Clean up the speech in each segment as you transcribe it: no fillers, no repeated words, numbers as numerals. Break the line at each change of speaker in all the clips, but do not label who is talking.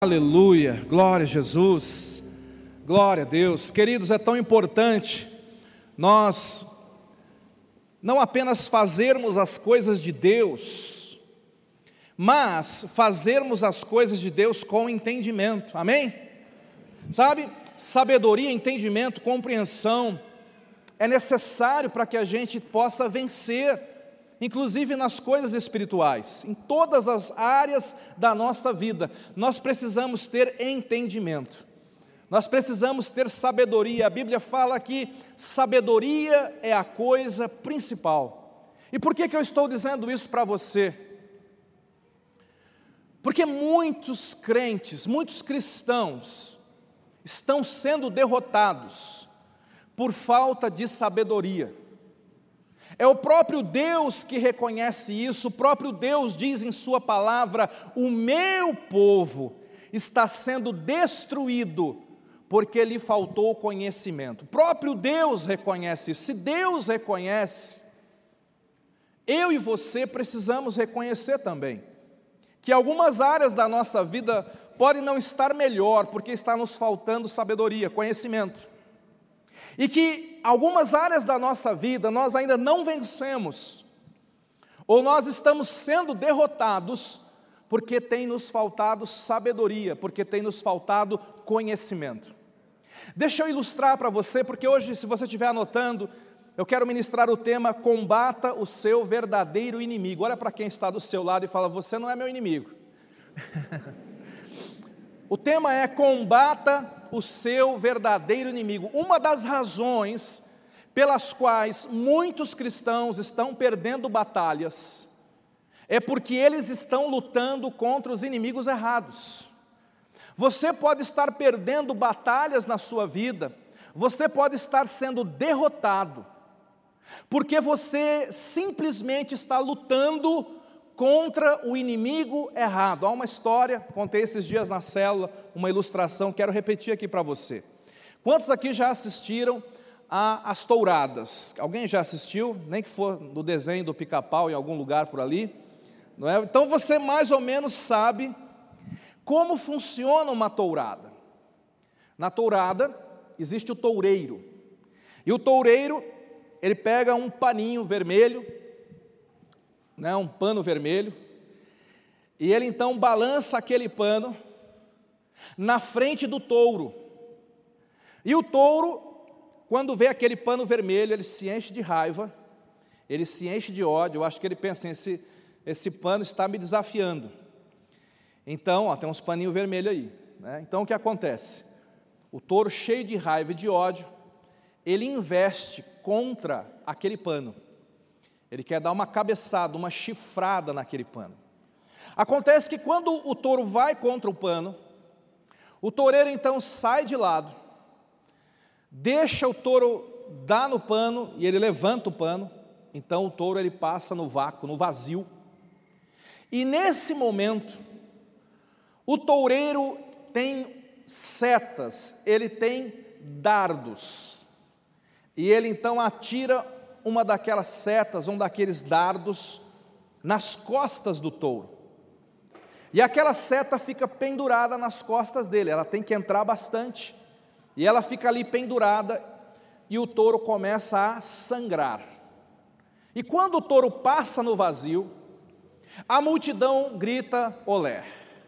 Aleluia, glória a Jesus, glória a Deus. Queridos, é tão importante nós não apenas fazermos as coisas de Deus, mas fazermos as coisas de Deus com entendimento, amém? Sabe, sabedoria, entendimento, compreensão é necessário para que a gente possa vencer, inclusive nas coisas espirituais, em todas as áreas da nossa vida. Nós precisamos ter entendimento, nós precisamos ter sabedoria. A Bíblia fala que sabedoria é a coisa principal. E por que eu estou dizendo isso para você? Porque muitos crentes, muitos cristãos estão sendo derrotados por falta de sabedoria. É o próprio Deus que reconhece isso. O próprio Deus diz em sua palavra: o meu povo está sendo destruído porque lhe faltou conhecimento. O próprio Deus reconhece isso. Se Deus reconhece, eu e você precisamos reconhecer também que algumas áreas da nossa vida podem não estar melhor porque está nos faltando sabedoria, conhecimento. E que algumas áreas da nossa vida nós ainda não vencemos, ou nós estamos sendo derrotados, porque tem nos faltado sabedoria, porque tem nos faltado conhecimento. Deixa eu ilustrar para você, porque hoje, se você estiver anotando, eu quero ministrar o tema: combata o seu verdadeiro inimigo. Olha para quem está do seu lado e fala: você não é meu inimigo. O tema é: combata o seu verdadeiro inimigo. Uma das razões pelas quais muitos cristãos estão perdendo batalhas é porque eles estão lutando contra os inimigos errados. Você pode estar perdendo batalhas na sua vida, você pode estar sendo derrotado, porque você simplesmente está lutando contra o inimigo errado. Há uma história, contei esses dias na célula, uma ilustração, quero repetir aqui para você. Quantos aqui já assistiram às touradas? Alguém já assistiu? Nem que for no desenho do Pica-Pau em algum lugar por ali, não é? Então você mais ou menos sabe como funciona uma tourada. Na tourada existe o toureiro, e o toureiro, ele pega um paninho vermelho, um pano vermelho, e ele então balança aquele pano na frente do touro, e o touro, quando vê aquele pano vermelho, ele se enche de raiva, ele se enche de ódio. Eu acho que ele pensa assim: esse pano está me desafiando. Então, tem uns paninhos vermelhos aí, né? Então o que acontece? O touro, cheio de raiva e de ódio, ele investe contra aquele pano. Ele quer dar uma cabeçada, uma chifrada naquele pano. Acontece que quando o touro vai contra o pano, o toureiro então sai de lado, deixa o touro dar no pano e ele levanta o pano. Então o touro, ele passa no vácuo, no vazio. E nesse momento, o toureiro tem setas, ele tem dardos. E ele então atira uma daquelas setas, um daqueles dardos, nas costas do touro. E aquela seta fica pendurada nas costas dele, ela tem que entrar bastante, e ela fica ali pendurada, e o touro começa a sangrar. E quando o touro passa no vazio, a multidão grita olé.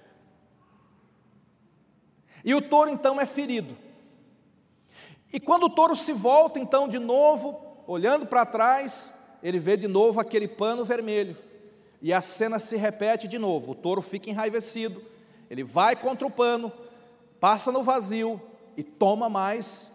E o touro então é ferido. E quando o touro se volta então de novo, olhando para trás, ele vê de novo aquele pano vermelho, e a cena se repete de novo. O touro fica enraivecido, ele vai contra o pano, passa no vazio e toma mais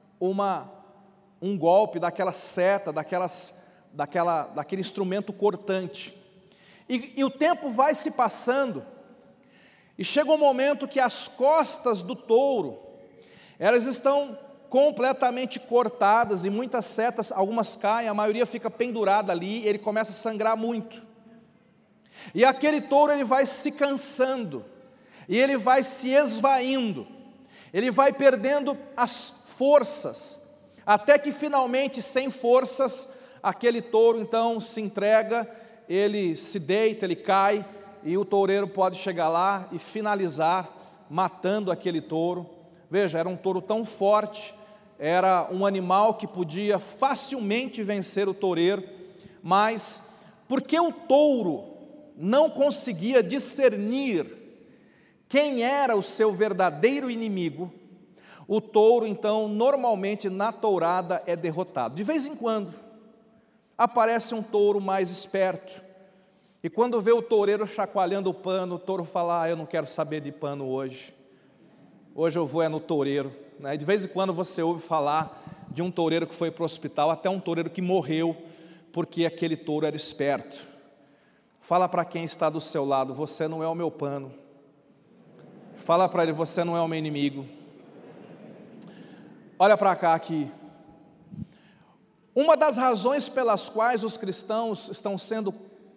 um golpe daquela seta, daquele instrumento cortante. E o tempo vai se passando, e chega um momento que as costas do touro, elas estão completamente cortadas, e muitas setas, algumas caem, a maioria fica pendurada ali, ele começa a sangrar muito. E aquele touro, ele vai se cansando, e ele vai se esvaindo, ele vai perdendo as forças, até que finalmente, sem forças, aquele touro então se entrega, ele se deita, ele cai, e o toureiro pode chegar lá e finalizar matando aquele touro. Veja, era um touro tão forte, era um animal que podia facilmente vencer o toureiro, mas porque o touro não conseguia discernir quem era o seu verdadeiro inimigo, o touro, então, normalmente na tourada é derrotado. De vez em quando, aparece um touro mais esperto, e quando vê o toureiro chacoalhando o pano, o touro fala: eu não quero saber de pano hoje eu vou no toureiro, né? De vez em quando você ouve falar de um toureiro que foi para o hospital, até um toureiro que morreu, porque aquele touro era esperto. Fala para quem está do seu lado: você não é o meu pano. Fala para ele: você não é o meu inimigo. Olha para cá aqui. Uma das razões pelas quais os cristãos estão sendo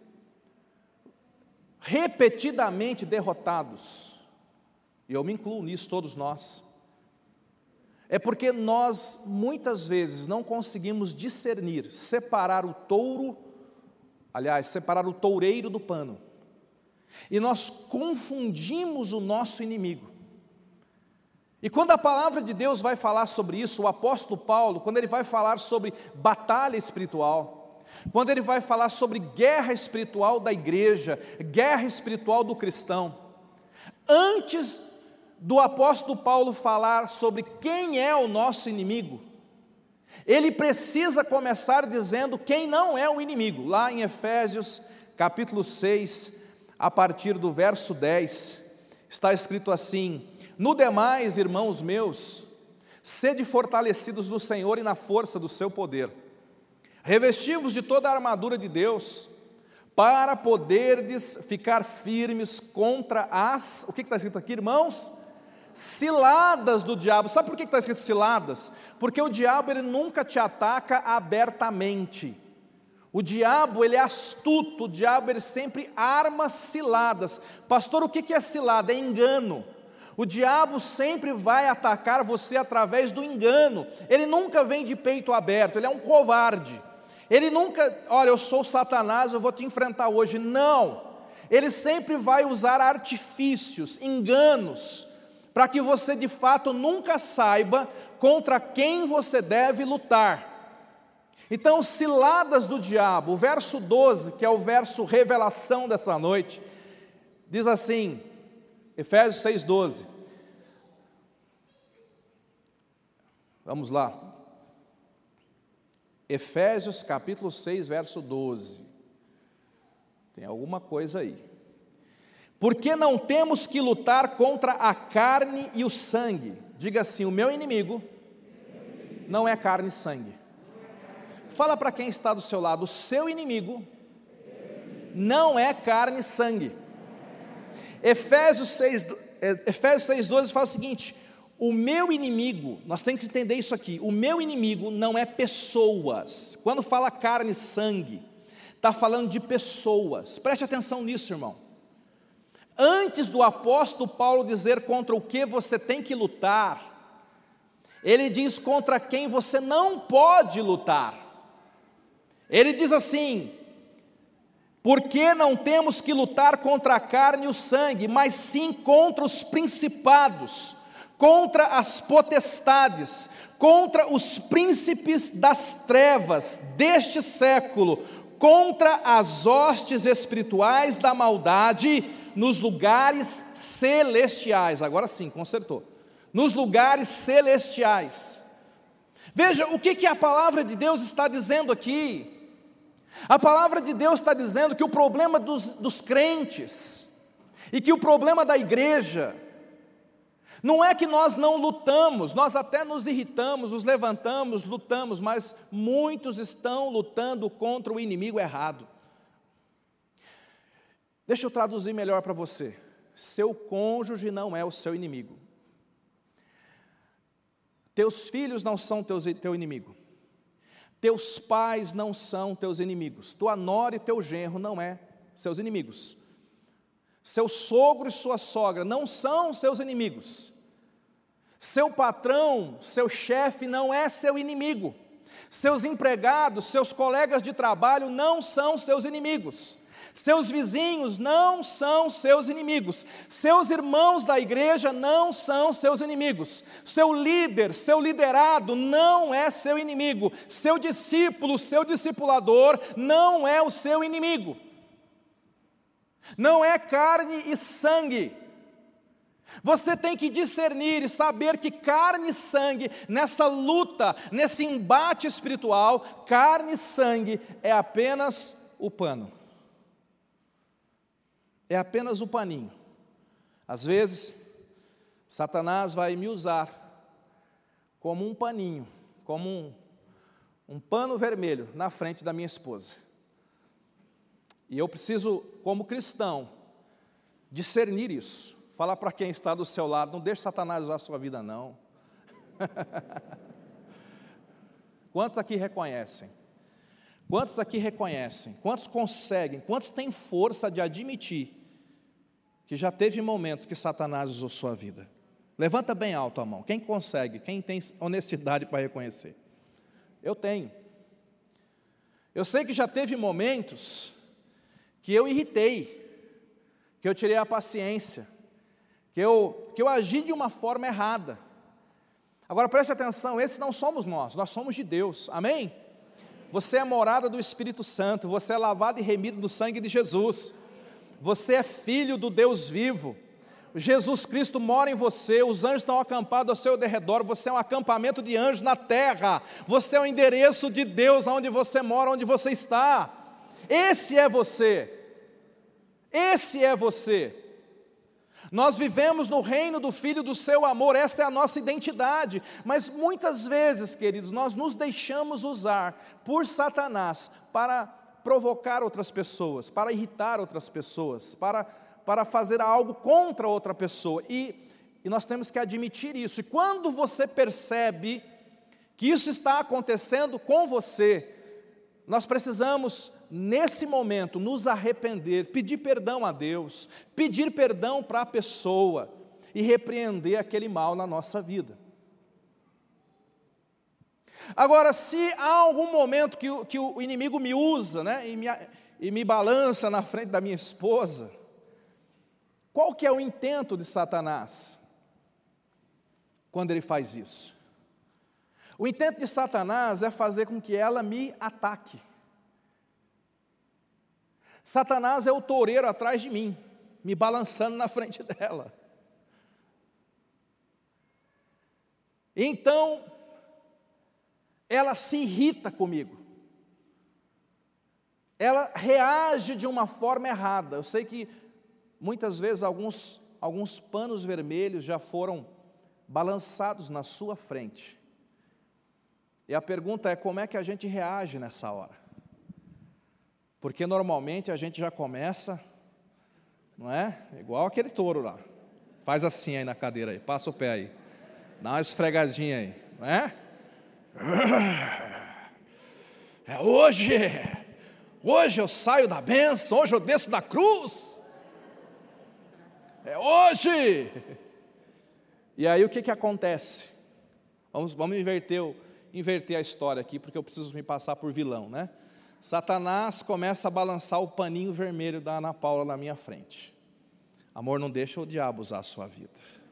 repetidamente derrotados, e eu me incluo nisso, todos nós, é porque nós muitas vezes não conseguimos discernir, separar o touro, separar o toureiro do pano, e nós confundimos o nosso inimigo. E quando a palavra de Deus vai falar sobre isso, o apóstolo Paulo, quando ele vai falar sobre batalha espiritual, quando ele vai falar sobre guerra espiritual da igreja, guerra espiritual do cristão, antes do apóstolo Paulo falar sobre quem é o nosso inimigo, ele precisa começar dizendo quem não é o inimigo. Lá em Efésios capítulo 6, a partir do verso 10, está escrito assim: no demais, irmãos meus, sede fortalecidos no Senhor e na força do seu poder, revesti-vos de toda a armadura de Deus, para poderdes ficar firmes contra as, o que está escrito aqui, irmãos? Ciladas do diabo. Sabe por que está escrito ciladas? Porque o diabo, ele nunca te ataca abertamente. O diabo, ele é astuto, o diabo, ele sempre arma ciladas. Pastor, o que é cilada? É engano. O diabo sempre vai atacar você através do engano. Ele nunca vem de peito aberto, ele é um covarde. Ele nunca, olha, eu sou Satanás, eu vou te enfrentar hoje. Não, ele sempre vai usar artifícios, enganos, para que você de fato nunca saiba contra quem você deve lutar. Então, ciladas do diabo, o verso 12, que é o verso revelação dessa noite, diz assim, Efésios 6,12, vamos lá, Efésios capítulo 6, verso 12, tem alguma coisa aí. Porque não temos que lutar contra a carne e o sangue. Diga assim: o meu inimigo não é carne e sangue. Fala para quem está do seu lado: o seu inimigo não é carne e sangue. Efésios 6,12 fala o seguinte: o meu inimigo, nós temos que entender isso aqui, o meu inimigo não é pessoas. Quando fala carne e sangue, está falando de pessoas. Preste atenção nisso, irmão. Antes do apóstolo Paulo dizer contra o que você tem que lutar, ele diz contra quem você não pode lutar. Ele diz assim: porque não temos que lutar contra a carne e o sangue, mas sim contra os principados, contra as potestades, contra os príncipes das trevas deste século, contra as hostes espirituais da maldade nos lugares celestiais. Agora sim, consertou. Nos lugares celestiais. Veja o que a palavra de Deus está dizendo aqui. A palavra de Deus está dizendo que o problema dos crentes, e que o problema da igreja, não é que nós não lutamos, nós até nos irritamos, nos levantamos, lutamos, mas muitos estão lutando contra o inimigo errado. Deixa eu traduzir melhor para você. Seu cônjuge não é o seu inimigo. Teus filhos não são teu inimigo. Teus pais não são teus inimigos. Tua nora e teu genro não é seus inimigos. Seu sogro e sua sogra não são seus inimigos. Seu patrão, seu chefe não é seu inimigo. Seus empregados, seus colegas de trabalho não são seus inimigos. Seus vizinhos não são seus inimigos. Seus irmãos da igreja não são seus inimigos. Seu líder, seu liderado não é seu inimigo. Seu discípulo, seu discipulador não é o seu inimigo. Não é carne e sangue. Você tem que discernir e saber que carne e sangue, nessa luta, nesse embate espiritual, carne e sangue é apenas o pano. É apenas o paninho. Às vezes, Satanás vai me usar como um paninho, como um pano vermelho na frente da minha esposa. E eu preciso, como cristão, discernir isso. Falar para quem está do seu lado, não deixe Satanás usar a sua vida, não. Quantos aqui reconhecem? Quantos aqui reconhecem? Quantos conseguem? Quantos têm força de admitir que já teve momentos que Satanás usou sua vida? Levanta bem alto a mão. Quem consegue? Quem tem honestidade para reconhecer? Eu tenho. Eu sei que já teve momentos que eu irritei, que eu tirei a paciência, que eu agi de uma forma errada. Agora preste atenção, esses não somos nós somos de Deus, amém? Você é morada do Espírito Santo, você é lavado e remido do sangue de Jesus, você é filho do Deus vivo, Jesus Cristo mora em você, os anjos estão acampados ao seu derredor, você é um acampamento de anjos na terra, você é o endereço de Deus onde você mora, onde você está, esse é você, nós vivemos no reino do Filho do seu amor, essa é a nossa identidade, mas muitas vezes, queridos, nós nos deixamos usar por Satanás para provocar outras pessoas, para irritar outras pessoas, para fazer algo contra outra pessoa, e nós temos que admitir isso, e quando você percebe que isso está acontecendo com você, nós precisamos, nesse momento, nos arrepender, pedir perdão a Deus, pedir perdão para a pessoa e repreender aquele mal na nossa vida. Agora, se há algum momento que o inimigo me usa, né, e me balança na frente da minha esposa, qual que é o intento de Satanás quando ele faz isso? O intento de Satanás é fazer com que ela me ataque. Satanás é o toureiro atrás de mim, me balançando na frente dela. Então, ela se irrita comigo. Ela reage de uma forma errada. Eu sei que muitas vezes alguns panos vermelhos já foram balançados na sua frente. E a pergunta é, como é que a gente reage nessa hora? Porque normalmente a gente já começa, não é? Igual aquele touro lá. Faz assim aí na cadeira aí, passa o pé aí. Dá uma esfregadinha aí, não é? É hoje eu saio da bênção, hoje eu desço da cruz. É hoje. E aí o que acontece? Vamos inverter a história aqui, porque eu preciso me passar por vilão, né? Satanás começa a balançar o paninho vermelho da Ana Paula na minha frente. Amor, não deixa o diabo usar a sua vida.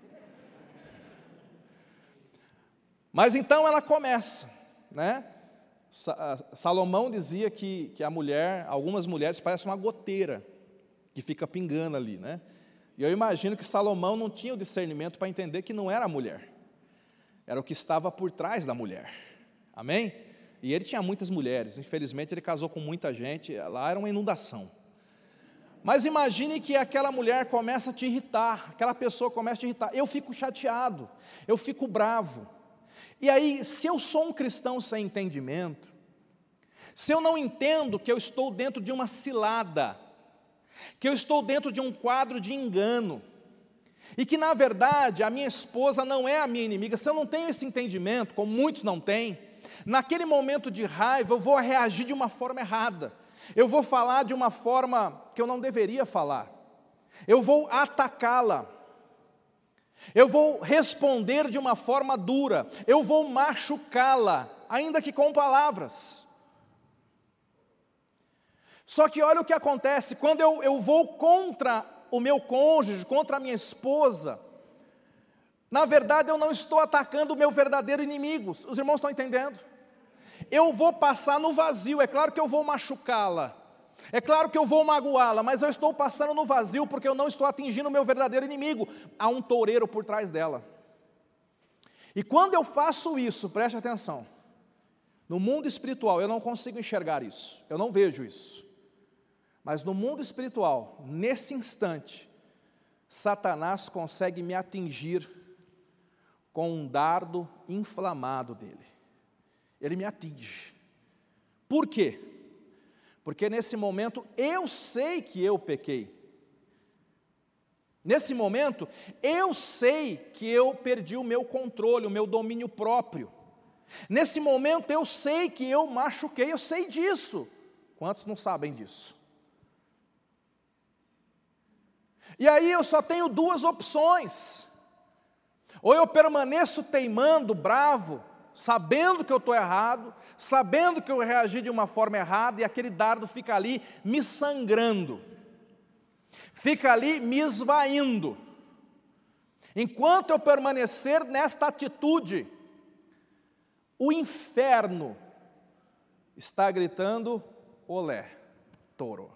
Mas então ela começa, né? Salomão dizia que algumas mulheres parecem uma goteira, que fica pingando ali, né? E eu imagino que Salomão não tinha o discernimento para entender que não era a mulher, era o que estava por trás da mulher, amém? E ele tinha muitas mulheres, infelizmente ele casou com muita gente, lá era uma inundação. Mas imagine que aquela mulher começa a te irritar, aquela pessoa começa a te irritar, eu fico chateado, eu fico bravo. E aí, se eu sou um cristão sem entendimento, se eu não entendo que eu estou dentro de uma cilada, que eu estou dentro de um quadro de engano, e que na verdade a minha esposa não é a minha inimiga, se eu não tenho esse entendimento, como muitos não têm, naquele momento de raiva eu vou reagir de uma forma errada, eu vou falar de uma forma que eu não deveria falar, eu vou atacá-la, eu vou responder de uma forma dura, eu vou machucá-la, ainda que com palavras. Só que olha o que acontece, quando eu vou contra o meu cônjuge, contra a minha esposa, na verdade eu não estou atacando o meu verdadeiro inimigo. Os irmãos estão entendendo? Eu vou passar no vazio, é claro que eu vou machucá-la, é claro que eu vou magoá-la, mas eu estou passando no vazio porque eu não estou atingindo o meu verdadeiro inimigo. Há um toureiro por trás dela. E quando eu faço isso, preste atenção, no mundo espiritual eu não consigo enxergar isso, eu não vejo isso. Mas no mundo espiritual, nesse instante, Satanás consegue me atingir com um dardo inflamado dele. Ele me atinge. Por quê? Porque nesse momento eu sei que eu pequei. Nesse momento eu sei que eu perdi o meu controle, o meu domínio próprio. Nesse momento eu sei que eu machuquei, eu sei disso. Quantos não sabem disso? E aí eu só tenho duas opções: ou eu permaneço teimando, bravo, sabendo que eu estou errado, sabendo que eu reagi de uma forma errada, e aquele dardo fica ali me sangrando, fica ali me esvaindo. Enquanto eu permanecer nesta atitude, o inferno está gritando: olé, touro.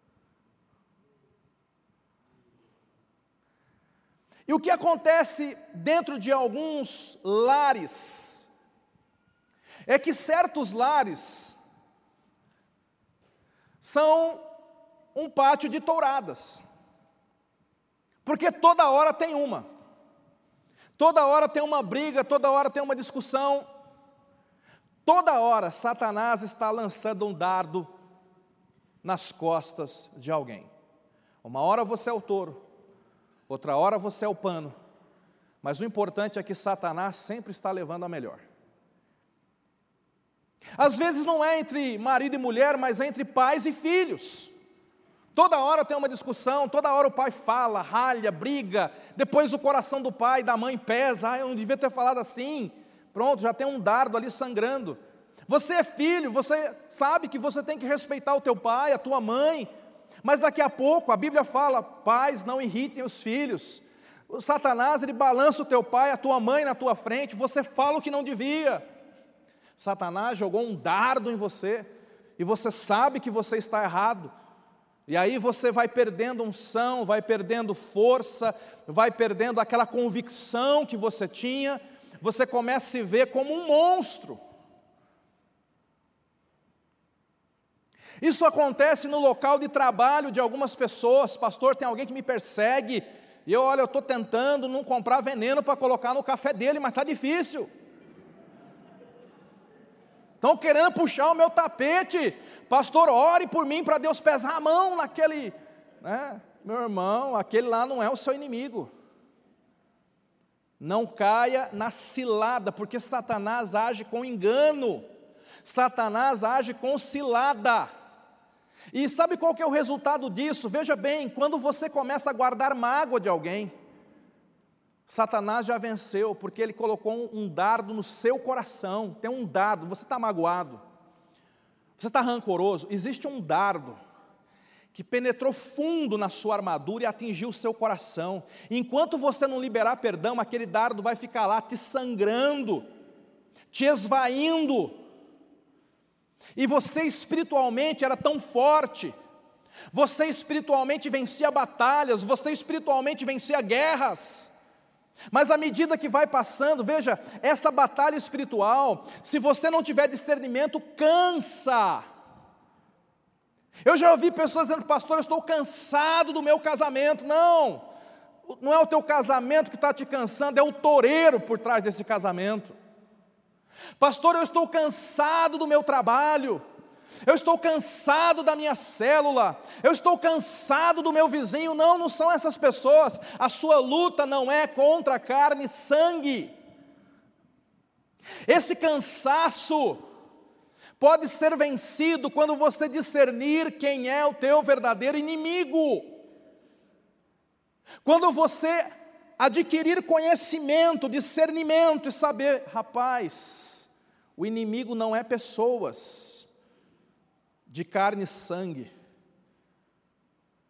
E o que acontece dentro de alguns lares é que certos lares são um pátio de touradas, porque toda hora tem uma, toda hora tem uma briga, toda hora tem uma discussão, toda hora Satanás está lançando um dardo nas costas de alguém. Uma hora você é o touro, outra hora você é o pano, mas o importante é que Satanás sempre está levando a melhor. Às vezes não é entre marido e mulher, mas é entre pais e filhos. Toda hora tem uma discussão, toda hora o pai fala, ralha, briga, depois o coração do pai e da mãe pesa: eu não devia ter falado assim. Pronto, já tem um dardo ali sangrando. Você é filho, você sabe que você tem que respeitar o teu pai, a tua mãe, mas daqui a pouco a Bíblia fala: pais, não irritem os filhos. O Satanás, ele balança o teu pai, a tua mãe na tua frente, você fala o que não devia. Satanás jogou um dardo em você, e você sabe que você está errado, e aí você vai perdendo unção, vai perdendo força, vai perdendo aquela convicção que você tinha, você começa a se ver como um monstro. Isso acontece no local de trabalho de algumas pessoas: pastor, tem alguém que me persegue, e eu estou tentando não comprar veneno para colocar no café dele, mas está difícil. Estão querendo puxar o meu tapete, pastor, ore por mim para Deus pesar a mão naquele, né? Meu irmão, aquele lá não é o seu inimigo. Não caia na cilada, porque Satanás age com engano, Satanás age com cilada. E sabe qual que é o resultado disso? Veja bem, quando você começa a guardar mágoa de alguém, Satanás já venceu, porque ele colocou um dardo no seu coração. Tem um dardo, você está magoado, você está rancoroso, existe um dardo que penetrou fundo na sua armadura e atingiu o seu coração. Enquanto você não liberar perdão, aquele dardo vai ficar lá te sangrando, te esvaindo. E você espiritualmente era tão forte, você espiritualmente vencia batalhas, você espiritualmente vencia guerras, mas à medida que vai passando, veja, essa batalha espiritual, se você não tiver discernimento, cansa. Eu já ouvi pessoas dizendo: pastor, eu estou cansado do meu casamento. Não é o teu casamento que está te cansando, é o toureiro por trás desse casamento. Pastor, eu estou cansado do meu trabalho, eu estou cansado da minha célula, eu estou cansado do meu vizinho. Não são essas pessoas. A sua luta não é contra carne e sangue. Esse cansaço pode ser vencido quando você discernir quem é o teu verdadeiro inimigo. Quando você adquirir conhecimento, discernimento e saber: rapaz, o inimigo não é pessoas de carne e sangue,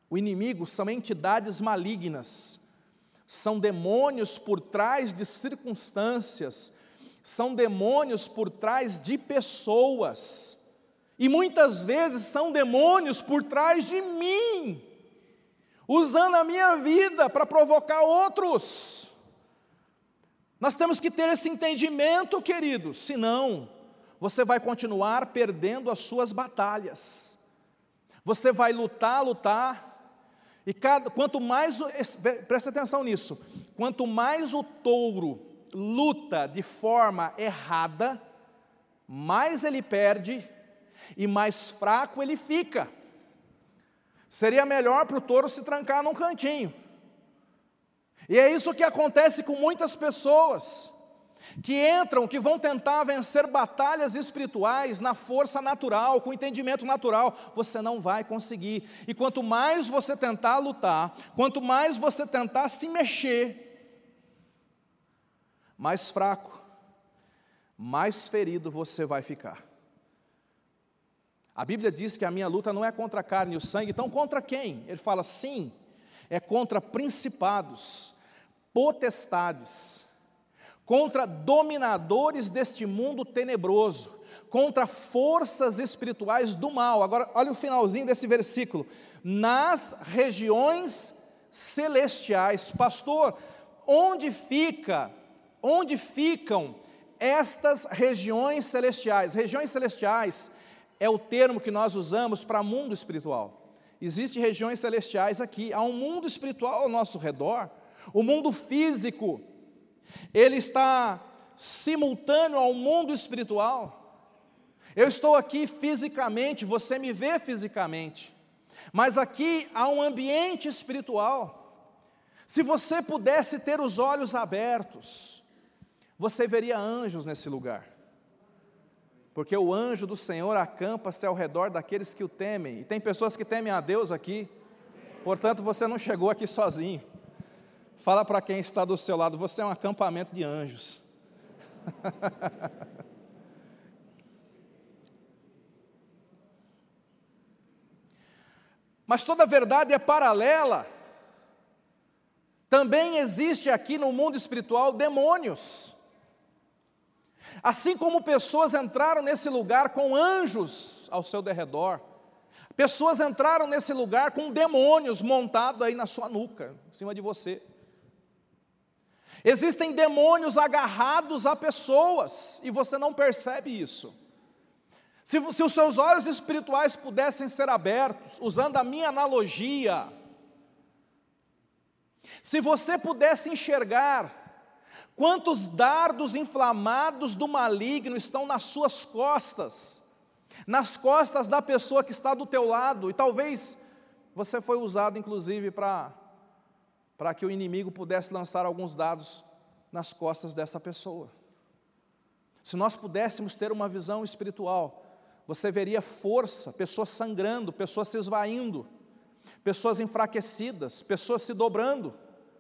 O inimigo são entidades malignas, são demônios por trás de circunstâncias, são demônios por trás de pessoas, e muitas vezes são demônios por trás de mim, usando a minha vida para provocar outros. Nós temos que ter esse entendimento, queridos, senão você vai continuar perdendo as suas batalhas. Você vai lutar, e quanto mais, presta atenção nisso, quanto mais o touro luta de forma errada, mais ele perde e mais fraco ele fica. Seria melhor para o touro se trancar num cantinho. E é isso que acontece com muitas pessoas, que vão tentar vencer batalhas espirituais na força natural, com entendimento natural. Você não vai conseguir. E quanto mais você tentar lutar, quanto mais você tentar se mexer, mais fraco, mais ferido você vai ficar. A Bíblia diz que a minha luta não é contra a carne e o sangue. Então contra quem? Ele fala sim, é contra principados, potestades, contra dominadores deste mundo tenebroso, contra forças espirituais do mal. Agora, olha o finalzinho desse versículo. Nas regiões celestiais. Pastor, onde ficam estas regiões celestiais? Regiões celestiais é o termo que nós usamos para mundo espiritual. Existem regiões celestiais aqui, há um mundo espiritual ao nosso redor. O mundo físico, ele está simultâneo ao mundo espiritual. Eu estou aqui fisicamente, você me vê fisicamente, mas aqui há um ambiente espiritual. Se você pudesse ter os olhos abertos, você veria anjos nesse lugar, porque o anjo do Senhor acampa-se ao redor daqueles que o temem, e tem pessoas que temem a Deus aqui, portanto você não chegou aqui sozinho. Fala para quem está do seu lado, você é um acampamento de anjos. Mas toda verdade é paralela. Também existe aqui no mundo espiritual demônios. Assim como pessoas entraram nesse lugar com anjos ao seu derredor, pessoas entraram nesse lugar com demônios montados aí na sua nuca, em cima de você. Existem demônios agarrados a pessoas, e você não percebe isso. Se os seus olhos espirituais pudessem ser abertos, usando a minha analogia, se você pudesse enxergar quantos dardos inflamados do maligno estão nas suas costas, nas costas da pessoa que está do teu lado, e talvez você foi usado inclusive para que o inimigo pudesse lançar alguns dados nas costas dessa pessoa. Se nós pudéssemos ter uma visão espiritual, você veria força, pessoas sangrando, pessoas se esvaindo, pessoas enfraquecidas, pessoas se dobrando.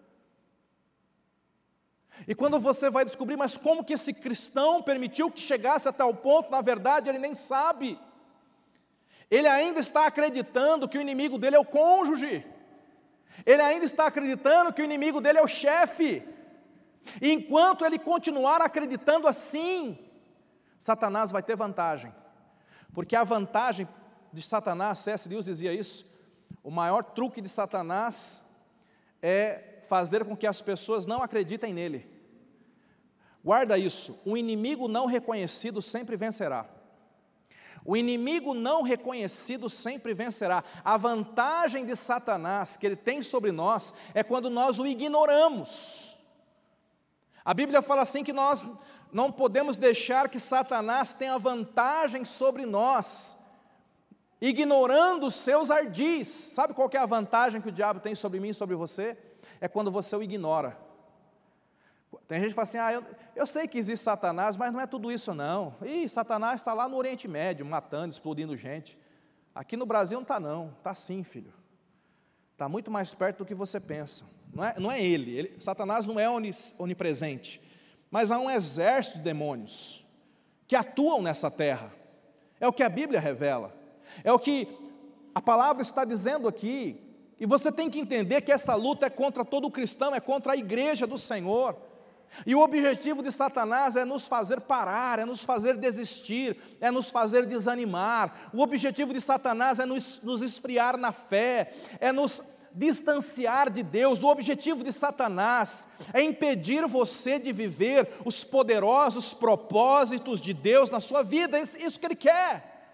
E quando você vai descobrir, mas como que esse cristão permitiu que chegasse até o ponto, na verdade ele nem sabe. Ele ainda está acreditando que o inimigo dele é o cônjuge. Ele ainda está acreditando que o inimigo dele é o chefe. E enquanto ele continuar acreditando assim, Satanás vai ter vantagem. Porque a vantagem de Satanás, C.S. Lewis dizia isso, o maior truque de Satanás é fazer com que as pessoas não acreditem nele. Guarda isso, o inimigo não reconhecido sempre vencerá. O inimigo não reconhecido sempre vencerá. A vantagem de Satanás que ele tem sobre nós é quando nós o ignoramos. A Bíblia fala assim que nós não podemos deixar que Satanás tenha vantagem sobre nós, ignorando os seus ardis. Sabe qual que é a vantagem que o diabo tem sobre mim e sobre você? É quando você o ignora. Tem gente que fala assim, eu sei que existe Satanás, mas não é tudo isso não. Satanás está lá no Oriente Médio, matando, explodindo gente. Aqui no Brasil não está não, está sim, filho. Está muito mais perto do que você pensa. Não é ele, Satanás não é onipresente, mas há um exército de demônios que atuam nessa terra. É o que a Bíblia revela, é o que a palavra está dizendo aqui. E você tem que entender que essa luta é contra todo cristão, é contra a igreja do Senhor. E o objetivo de Satanás é nos fazer parar, é nos fazer desistir, é nos fazer desanimar. O objetivo de Satanás é nos esfriar na fé, é nos distanciar de Deus. O objetivo de Satanás é impedir você de viver os poderosos propósitos de Deus na sua vida. É isso que ele quer.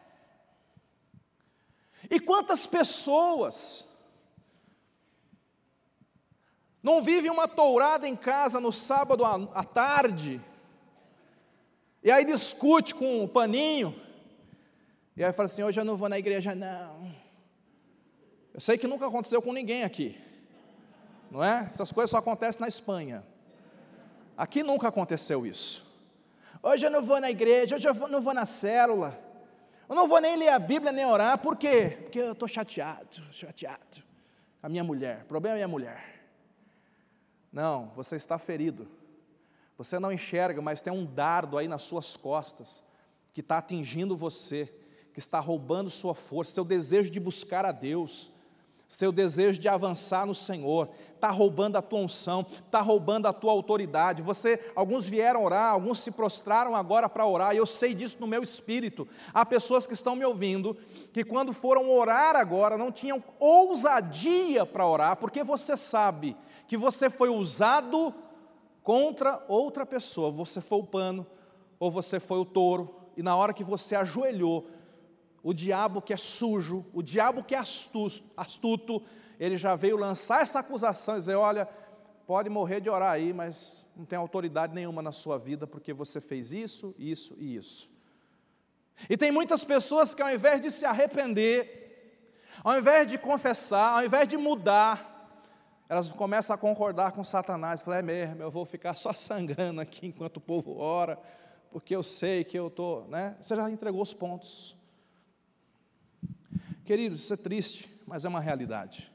E quantas pessoas não vivem uma tourada em casa no sábado à tarde, e aí discute com o paninho, e aí fala assim: hoje eu não vou na igreja não. Eu sei que nunca aconteceu com ninguém aqui, não é? Essas coisas só acontecem na Espanha. Aqui nunca aconteceu isso. Hoje eu não vou na igreja, hoje eu não vou na célula, eu não vou nem ler a Bíblia, nem orar. Por quê? Porque eu estou chateado. A minha mulher, o problema é a minha mulher. Não, você está ferido. Você não enxerga, mas tem um dardo aí nas suas costas, que está atingindo você, que está roubando sua força, seu desejo de buscar a Deus, seu desejo de avançar no Senhor, está roubando a tua unção, está roubando a tua autoridade. Alguns vieram orar, alguns se prostraram agora para orar, e eu sei disso no meu espírito. Há pessoas que estão me ouvindo, que quando foram orar agora, não tinham ousadia para orar, porque você sabe que você foi usado contra outra pessoa. Você foi o pano, ou você foi o touro, e na hora que você ajoelhou, o diabo que é sujo, o diabo que é astuto, ele já veio lançar essa acusação e dizer: olha, pode morrer de orar aí, mas não tem autoridade nenhuma na sua vida, porque você fez isso, isso e isso. E tem muitas pessoas que, ao invés de se arrepender, ao invés de confessar, ao invés de mudar, elas começam a concordar com Satanás. Falam: é mesmo, eu vou ficar só sangrando aqui enquanto o povo ora, porque eu sei que eu estou, né? Você já entregou os pontos. Queridos, isso é triste, mas é uma realidade.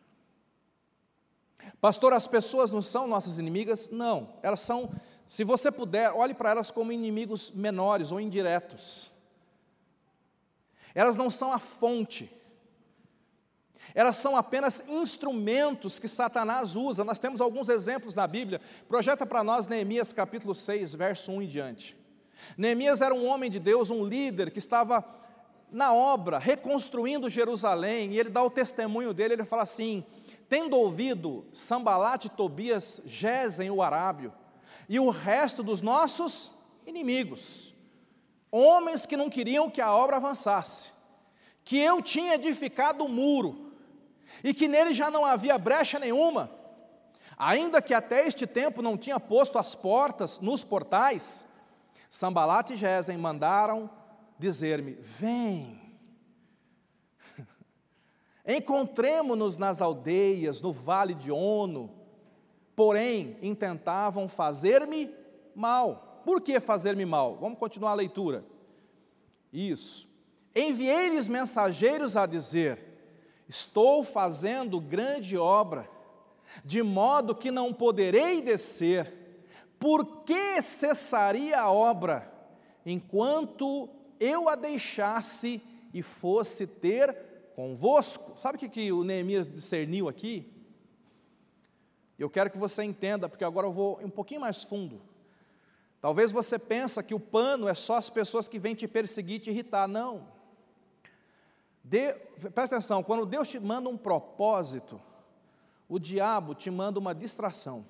Pastor, as pessoas não são nossas inimigas? Não, elas são, se você puder, olhe para elas como inimigos menores ou indiretos. Elas não são a fonte. Elas são apenas instrumentos que Satanás usa. Nós temos alguns exemplos na Bíblia. Projeta para nós Neemias capítulo 6, verso 1 em diante. Neemias era um homem de Deus, um líder que estava na obra, reconstruindo Jerusalém, e ele dá o testemunho dele. Ele fala assim: tendo ouvido Sambalate, Tobias, Gesem, o arábio, e o resto dos nossos inimigos, homens que não queriam que a obra avançasse, que eu tinha edificado o muro, e que nele já não havia brecha nenhuma, ainda que até este tempo não tinha posto as portas nos portais, Sambalate e Gesem mandaram dizer-me: vem, encontremo-nos nas aldeias, no vale de Ono. Porém, intentavam fazer-me mal. Por que fazer-me mal? Vamos continuar a leitura. Isso. Enviei-lhes mensageiros a dizer: estou fazendo grande obra, de modo que não poderei descer. Por que cessaria a obra, enquanto eu a deixasse e fosse ter convosco? Sabe o que o Neemias discerniu aqui? Eu quero que você entenda, porque agora eu vou um pouquinho mais fundo. Talvez você pense que o pano é só as pessoas que vêm te perseguir, te irritar. Não. Presta atenção, quando Deus te manda um propósito, o diabo te manda uma distração.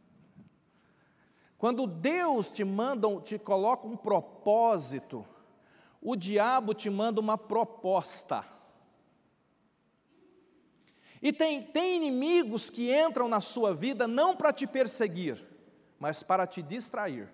Quando Deus te coloca um propósito, o diabo te manda uma proposta. E tem inimigos que entram na sua vida não para te perseguir, mas para te distrair.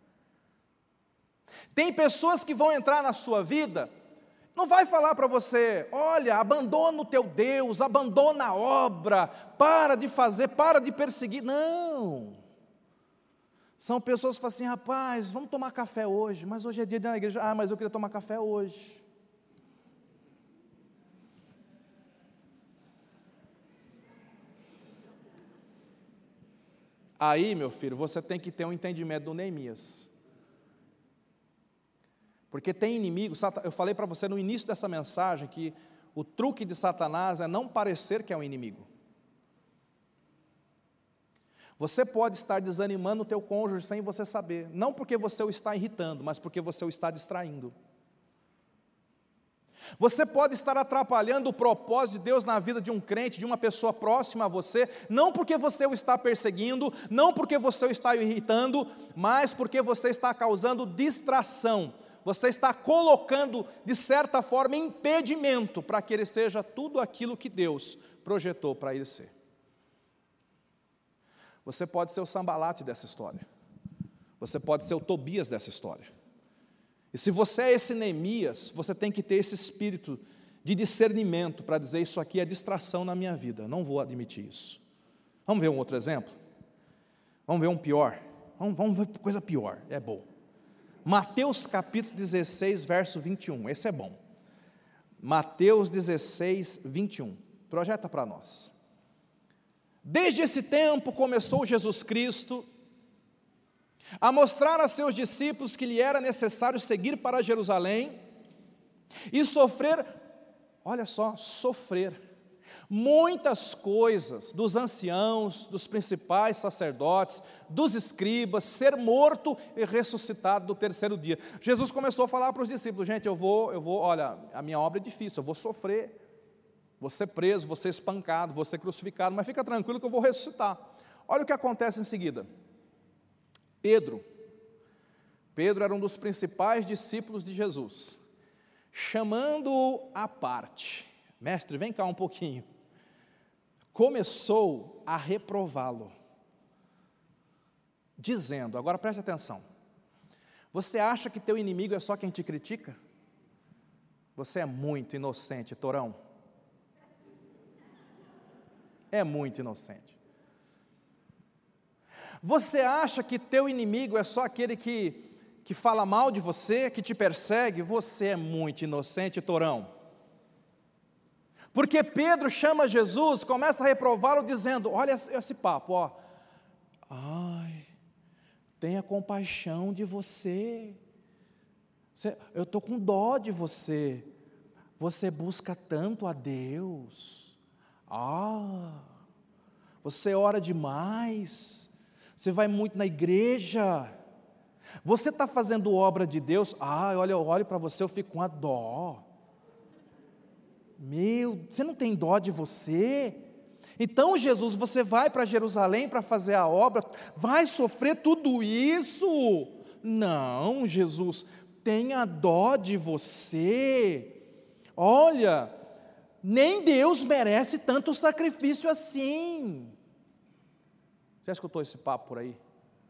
Tem pessoas que vão entrar na sua vida, não vai falar para você: olha, abandona o teu Deus, abandona a obra, para de fazer, para de perseguir. Não. São pessoas que falam assim: rapaz, vamos tomar café hoje, mas hoje é dia de ir na igreja. Ah, mas eu queria tomar café hoje. Aí, meu filho, você tem que ter um entendimento do Neemias. Porque tem inimigo. Eu falei para você no início dessa mensagem que O truque de Satanás é não parecer que é um inimigo. Você pode estar desanimando o teu cônjuge sem você saber, não porque você o está irritando, mas porque você o está distraindo. Você pode estar atrapalhando o propósito de Deus na vida de um crente, de uma pessoa próxima a você, não porque você o está perseguindo, não porque você o está irritando, mas porque você está causando distração. Você está colocando, de certa forma, impedimento para que ele seja tudo aquilo que Deus projetou para ele ser. Você pode ser o Sambalate dessa história. Você pode ser o Tobias dessa história. E se você é esse Neemias, você tem que ter esse espírito de discernimento para dizer: isso aqui é distração na minha vida, não vou admitir isso. Vamos ver um outro exemplo? Vamos ver um pior? Vamos ver coisa pior, é bom. Mateus capítulo 16, verso 21, esse é bom. Mateus 16, 21, projeta para nós. Desde esse tempo começou Jesus Cristo a mostrar a seus discípulos que lhe era necessário seguir para Jerusalém e sofrer, olha só, sofrer muitas coisas dos anciãos, dos principais sacerdotes, dos escribas, ser morto e ressuscitado do terceiro dia. Jesus começou a falar para os discípulos: gente, eu vou, olha, a minha obra é difícil, eu vou sofrer, vou ser preso, vou ser espancado, vou ser crucificado, mas fica tranquilo que eu vou ressuscitar. Olha o que acontece em seguida. Pedro era um dos principais discípulos de Jesus, chamando-o à parte, mestre, vem cá um pouquinho, começou a reprová-lo, dizendo, agora preste atenção, você acha que teu inimigo é só quem te critica? Você é muito inocente, Torão, é muito inocente. Você acha que teu inimigo é só aquele que fala mal de você, que te persegue? Você é muito inocente, Torão. Porque Pedro chama Jesus, começa a reprová-lo dizendo: olha esse papo, ó. Ai, tenha compaixão de você. Eu estou com dó de você. Você busca tanto a Deus. Você ora demais. Você vai muito na igreja, você está fazendo obra de Deus, olha, eu olho para você, eu fico com a dó, você não tem dó de você? Então Jesus, você vai para Jerusalém para fazer a obra, vai sofrer tudo isso? Não, Jesus, tenha dó de você, olha, nem Deus merece tanto sacrifício assim. Já escutou esse papo por aí?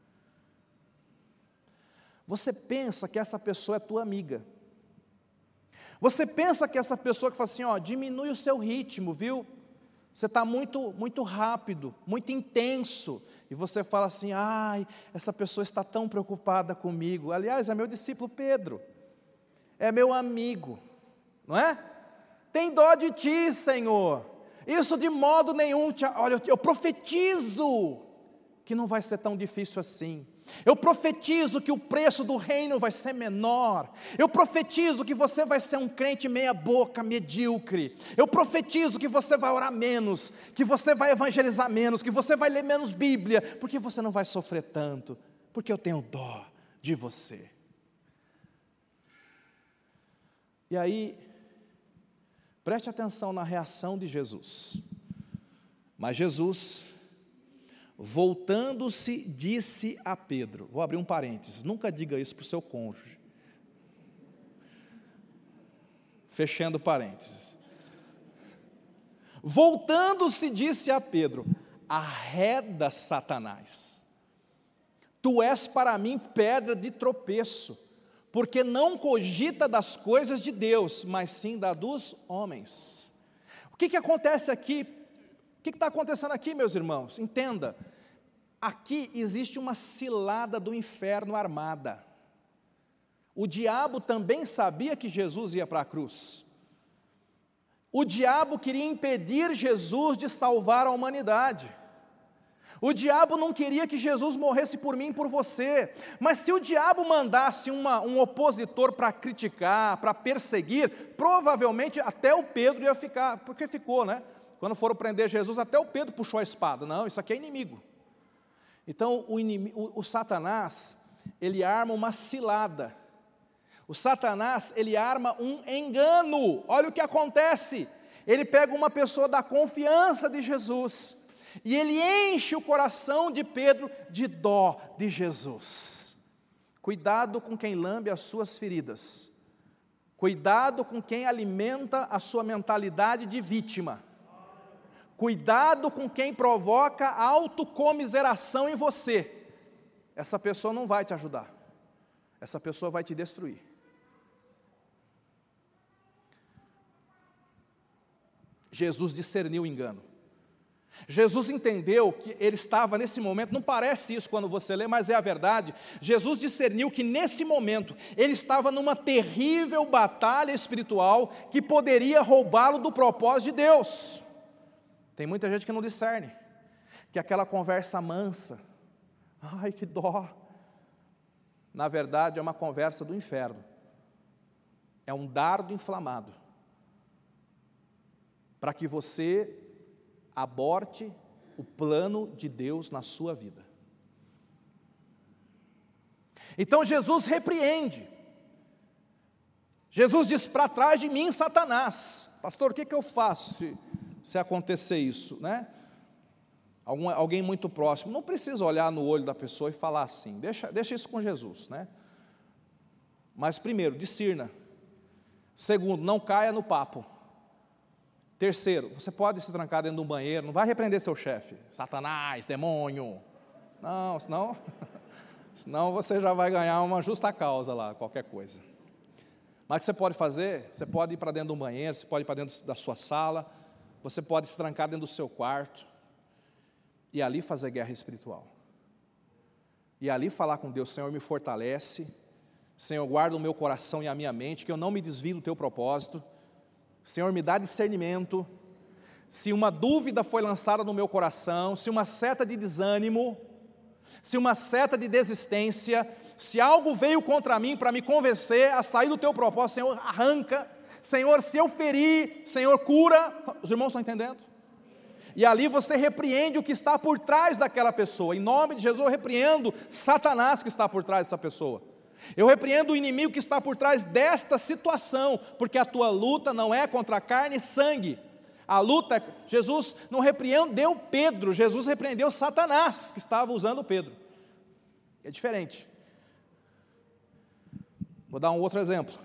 Você pensa que essa pessoa é tua amiga. Você pensa que essa pessoa que fala assim, diminui o seu ritmo, viu? Você está muito rápido, muito intenso. E você fala assim, essa pessoa está tão preocupada comigo. Aliás, é meu discípulo Pedro. É meu amigo. Não é? Tem dó de ti, Senhor. Isso de modo nenhum. Olha, eu profetizo que não vai ser tão difícil assim. Eu profetizo que o preço do reino vai ser menor. Eu profetizo que você vai ser um crente meia boca, medíocre. Eu profetizo que você vai orar menos, que você vai evangelizar menos, que você vai ler menos Bíblia, porque você não vai sofrer tanto, porque eu tenho dó de você. E aí, preste atenção na reação de Jesus. Mas Jesus, voltando-se, disse a Pedro, vou abrir um parênteses, nunca diga isso para o seu cônjuge, fechando parênteses, voltando-se, disse a Pedro, arreda, Satanás, tu és para mim pedra de tropeço, porque não cogita das coisas de Deus, mas sim da dos homens. O que acontece aqui? O que está acontecendo aqui, meus irmãos? Entenda, aqui existe uma cilada do inferno armada. O diabo também sabia que Jesus ia para a cruz. O diabo queria impedir Jesus de salvar a humanidade. O diabo não queria que Jesus morresse por mim e por você, mas se o diabo mandasse um opositor para criticar, para perseguir, provavelmente até o Pedro ia ficar, porque ficou, né? Quando foram prender Jesus, até o Pedro puxou a espada. Não, isso aqui é inimigo. Então, o Satanás, ele arma uma cilada. O Satanás, ele arma um engano. Olha o que acontece. Ele pega uma pessoa da confiança de Jesus, e ele enche o coração de Pedro de dó de Jesus. Cuidado com quem lambe as suas feridas. Cuidado com quem alimenta a sua mentalidade de vítima. Cuidado com quem provoca autocomiseração em você. Essa pessoa não vai te ajudar. Essa pessoa vai te destruir. Jesus discerniu o engano. Jesus entendeu que ele estava nesse momento, não parece isso quando você lê, mas é a verdade. Jesus discerniu que nesse momento ele estava numa terrível batalha espiritual que poderia roubá-lo do propósito de Deus. Tem muita gente que não discerne, que aquela conversa mansa, ai que dó, na verdade é uma conversa do inferno, é um dardo inflamado, para que você aborte o plano de Deus na sua vida. Então Jesus repreende, Jesus diz: para trás de mim, Satanás. Pastor, o que eu faço se acontecer isso, né? Alguém muito próximo, não precisa olhar no olho da pessoa e falar assim, deixa isso com Jesus, né? Mas primeiro, discirna. Segundo, não caia no papo. Terceiro, você pode se trancar dentro de um banheiro, não vai repreender seu chefe, Satanás, demônio, não, senão você já vai ganhar uma justa causa lá, qualquer coisa. Mas o que você pode fazer? Você pode ir para dentro de um banheiro, você pode ir para dentro da sua sala, você pode se trancar dentro do seu quarto, e ali fazer guerra espiritual, e ali falar com Deus: Senhor, me fortalece, Senhor, guarda o meu coração e a minha mente, que eu não me desvie do teu propósito, Senhor, me dá discernimento, se uma dúvida foi lançada no meu coração, se uma seta de desânimo, se uma seta de desistência, se algo veio contra mim para me convencer a sair do teu propósito, Senhor, arranca, Senhor, se eu ferir, Senhor, cura. Os irmãos estão entendendo? E ali você repreende o que está por trás daquela pessoa. Em nome de Jesus eu repreendo Satanás que está por trás dessa pessoa. Eu repreendo o inimigo que está por trás desta situação, porque a tua luta não é contra carne e sangue. A luta, Jesus não repreendeu Pedro, Jesus repreendeu Satanás que estava usando Pedro. É diferente. Vou dar um outro exemplo.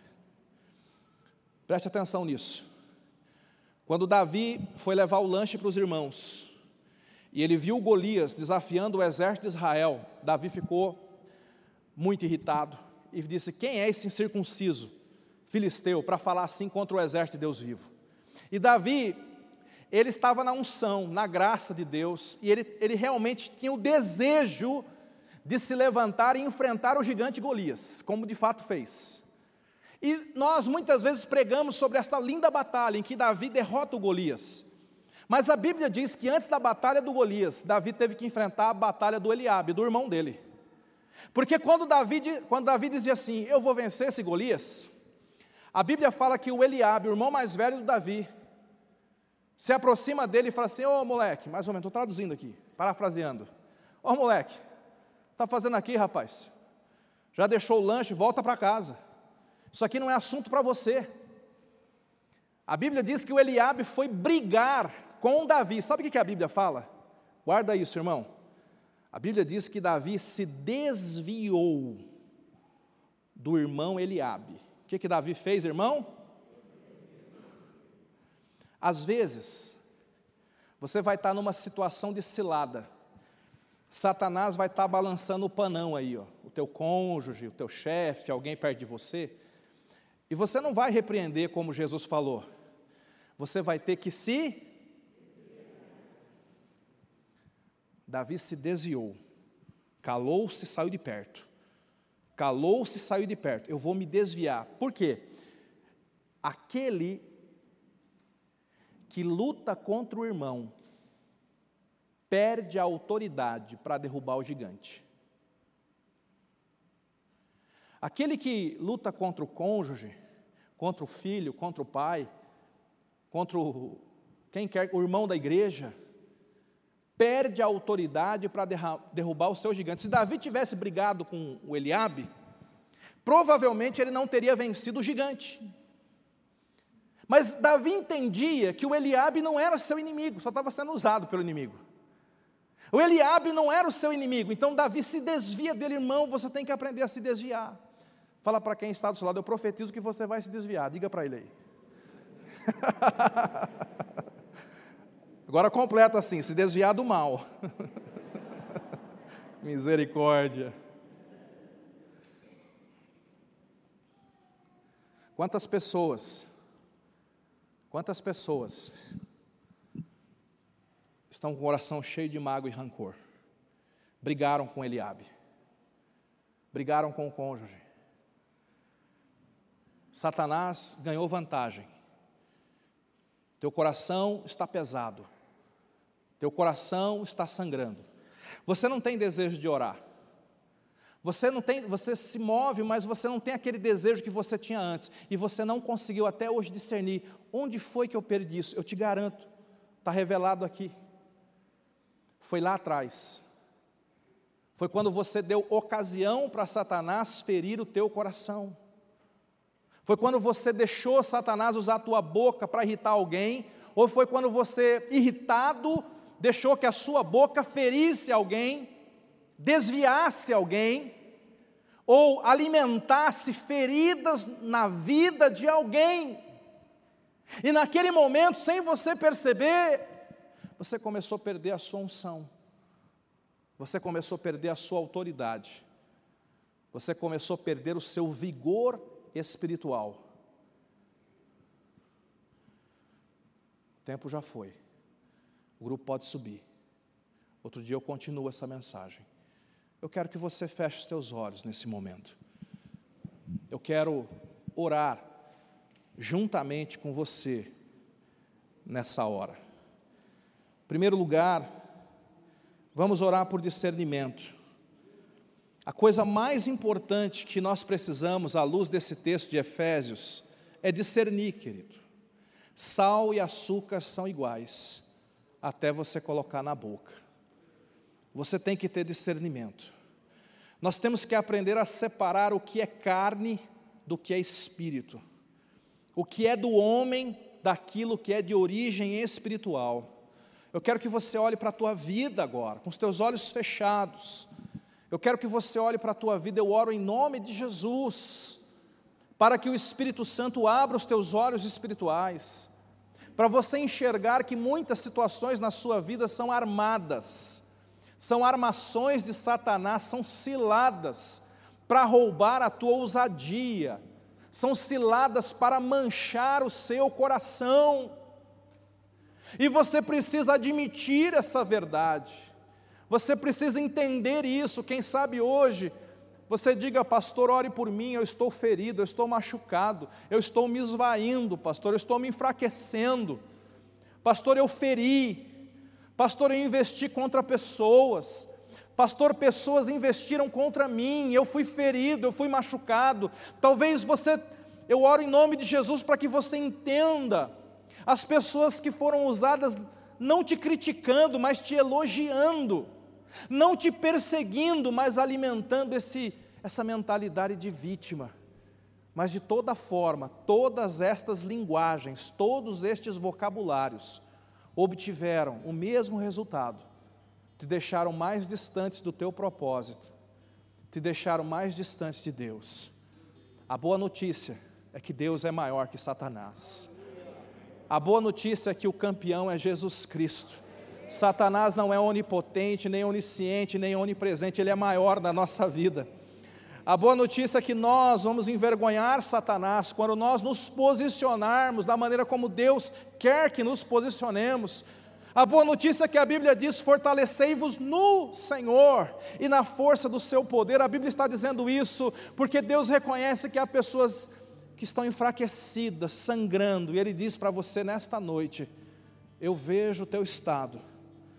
Preste atenção nisso. Quando Davi foi levar o lanche para os irmãos, e ele viu Golias desafiando o exército de Israel, Davi ficou muito irritado, e disse: quem é esse incircunciso filisteu para falar assim contra o exército de Deus vivo? E Davi, ele estava na unção, na graça de Deus, e ele realmente tinha o desejo de se levantar e enfrentar o gigante Golias, como de fato fez. E nós muitas vezes pregamos sobre esta linda batalha em que Davi derrota o Golias. Mas a Bíblia diz que antes da batalha do Golias, Davi teve que enfrentar a batalha do Eliabe, do irmão dele. Porque quando Davi dizia assim: eu vou vencer esse Golias, a Bíblia fala que o Eliabe, o irmão mais velho do Davi, se aproxima dele e fala assim: ô moleque, mais ou menos, estou traduzindo aqui, parafraseando, ô moleque, está fazendo aqui, rapaz? Já deixou o lanche, volta para casa. Isso aqui não é assunto para você. A Bíblia diz que o Eliabe foi brigar com Davi. Sabe o que a Bíblia fala? Guarda isso, irmão. A Bíblia diz que Davi se desviou do irmão Eliabe. O que Davi fez, irmão? Às vezes, você vai estar numa situação de cilada. Satanás vai estar balançando o panão aí, ó, o teu cônjuge, o teu chefe, alguém perto de você. E você não vai repreender como Jesus falou. Você vai ter que Davi se desviou. Calou-se e saiu de perto. Calou-se e saiu de perto. Eu vou me desviar. Por quê? Aquele que luta contra o irmão perde a autoridade para derrubar o gigante. Aquele que luta contra o cônjuge, contra o filho, contra o pai, contra quem quer, o irmão da igreja, perde a autoridade para derrubar o seu gigante. Se Davi tivesse brigado com o Eliabe, provavelmente ele não teria vencido o gigante. Mas Davi entendia que o Eliabe não era seu inimigo, só estava sendo usado pelo inimigo. O Eliabe não era o seu inimigo, então Davi se desvia dele, irmão, você tem que aprender a se desviar. Fala para quem está do seu lado, eu profetizo que você vai se desviar, diga para ele aí. Agora completa assim, se desviar do mal. Misericórdia. Quantas pessoas estão com o coração cheio de mágoa e rancor? Brigaram com Eliabe, brigaram com o cônjuge. Satanás ganhou vantagem. Teu coração está pesado, teu coração está sangrando. Você não tem desejo de orar. Você se move, mas você não tem aquele desejo que você tinha antes. E você não conseguiu até hoje discernir onde foi que eu perdi isso. Eu te garanto, está revelado aqui. Foi lá atrás. Foi quando você deu ocasião para Satanás ferir o teu coração. Foi quando você deixou Satanás usar a tua boca para irritar alguém. Ou foi quando você, irritado, deixou que a sua boca ferisse alguém, desviasse alguém, ou alimentasse feridas na vida de alguém. E naquele momento, sem você perceber, você começou a perder a sua unção. Você começou a perder a sua autoridade. Você começou a perder o seu vigor espiritual. O tempo já foi. O grupo pode subir. Outro dia eu continuo essa mensagem. Eu quero que você feche os teus olhos nesse momento. Eu quero orar juntamente com você nessa hora. Em primeiro lugar, vamos orar por discernimento. A coisa mais importante que nós precisamos, à luz desse texto de Efésios, é discernir, querido. Sal e açúcar são iguais, até você colocar na boca. Você tem que ter discernimento. Nós temos que aprender a separar o que é carne do que é espírito. O que é do homem daquilo que é de origem espiritual. Eu quero que você olhe para a tua vida agora, com os teus olhos fechados. Eu quero que você olhe para a tua vida, eu oro em nome de Jesus, para que o Espírito Santo abra os teus olhos espirituais, para você enxergar que muitas situações na sua vida são armadas, são armações de Satanás, são ciladas para roubar a tua ousadia, são ciladas para manchar o seu coração, e você precisa admitir essa verdade, você precisa entender isso. Quem sabe hoje, você diga, pastor, ore por mim, eu estou ferido, eu estou machucado, eu estou me esvaindo, pastor, eu estou me enfraquecendo, pastor, eu feri, pastor, eu investi contra pessoas, pastor, pessoas investiram contra mim, eu fui ferido, eu fui machucado. Talvez eu oro em nome de Jesus para que você entenda, as pessoas que foram usadas não te criticando, mas te elogiando, não te perseguindo, mas alimentando essa mentalidade de vítima. Mas de toda forma, todas estas linguagens, todos estes vocabulários, obtiveram o mesmo resultado, te deixaram mais distantes do teu propósito, te deixaram mais distantes de Deus. A boa notícia é que Deus é maior que Satanás. A boa notícia é que o campeão é Jesus Cristo. Satanás não é onipotente, nem onisciente, nem onipresente, ele é maior na nossa vida. A boa notícia é que nós vamos envergonhar Satanás quando nós nos posicionarmos da maneira como Deus quer que nos posicionemos. A boa notícia é que a Bíblia diz, fortalecei-vos no Senhor e na força do seu poder. A Bíblia está dizendo isso porque Deus reconhece que há pessoas que estão enfraquecidas, sangrando, e Ele diz para você nesta noite, eu vejo o teu estado,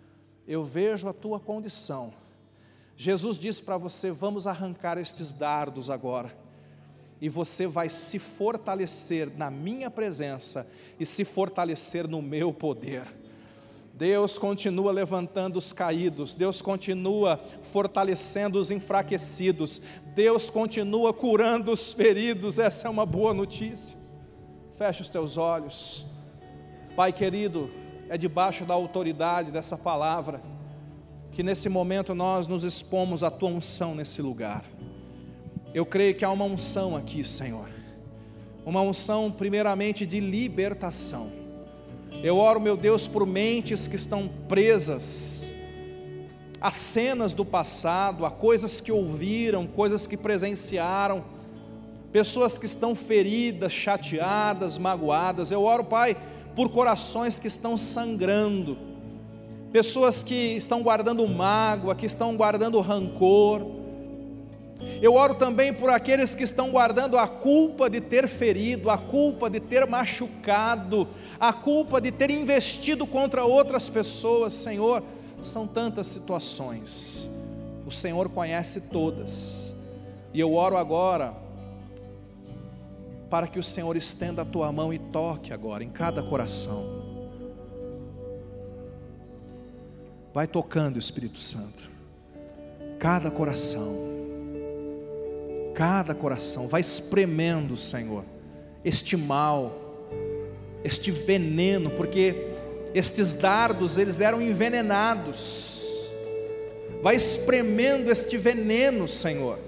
eu vejo a tua condição. Jesus disse para você: vamos arrancar estes dardos agora, e você vai se fortalecer na minha presença, e se fortalecer no meu poder. Deus continua levantando os caídos, Deus continua fortalecendo os enfraquecidos, Deus continua curando os feridos. Essa é uma boa notícia. Feche os teus olhos. Pai querido, é debaixo da autoridade dessa palavra que nesse momento nós nos expomos à tua unção nesse lugar. Eu creio que há uma unção aqui, Senhor, uma unção primeiramente de libertação. Eu oro, meu Deus, por mentes que estão presas a cenas do passado, a coisas que ouviram, coisas que presenciaram, pessoas que estão feridas, chateadas, magoadas. Eu oro, Pai, por corações que estão sangrando, pessoas que estão guardando mágoa, que estão guardando rancor. Eu oro também por aqueles que estão guardando a culpa de ter ferido, a culpa de ter machucado, a culpa de ter investido contra outras pessoas. Senhor, são tantas situações, o Senhor conhece todas, e eu oro agora para que o Senhor estenda a tua mão e toque agora em cada coração. Vai tocando, Espírito Santo, cada coração, vai espremendo, Senhor, este mal, este veneno, porque estes dardos, eles eram envenenados. Vai espremendo este veneno, Senhor.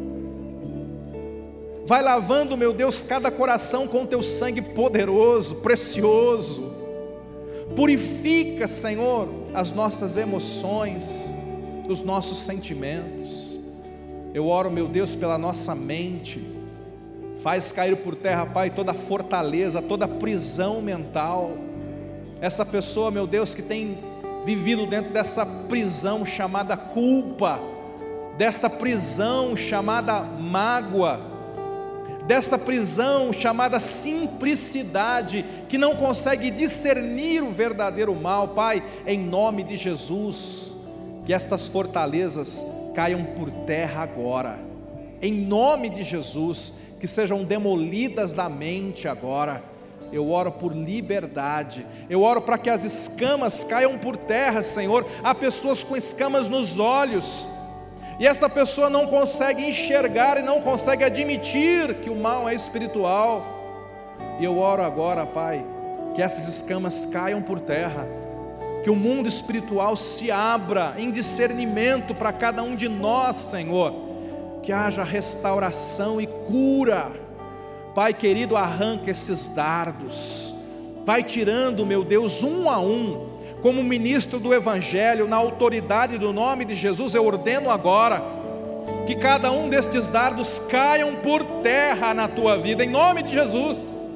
Vai lavando, meu Deus, cada coração com teu sangue poderoso, precioso. Purifica, Senhor, as nossas emoções, os nossos sentimentos. Eu oro, meu Deus, pela nossa mente. Faz cair por terra, Pai, toda fortaleza, toda prisão mental. Essa pessoa, meu Deus, que tem vivido dentro dessa prisão chamada culpa, desta prisão chamada mágoa, dessa prisão chamada simplicidade, que não consegue discernir o verdadeiro mal. Pai, em nome de Jesus, que estas fortalezas caiam por terra agora, em nome de Jesus, que sejam demolidas da mente agora. Eu oro por liberdade, eu oro para que as escamas caiam por terra, Senhor. Há pessoas com escamas nos olhos, e essa pessoa não consegue enxergar e não consegue admitir que o mal é espiritual. E eu oro agora, Pai, que essas escamas caiam por terra, que o mundo espiritual se abra em discernimento para cada um de nós, Senhor, que haja restauração e cura. Pai querido, arranca esses dardos, vai tirando, meu Deus, um a um, como ministro do Evangelho, na autoridade do nome de Jesus, eu ordeno agora, que cada um destes dardos caiam por terra na tua vida, em nome de Jesus.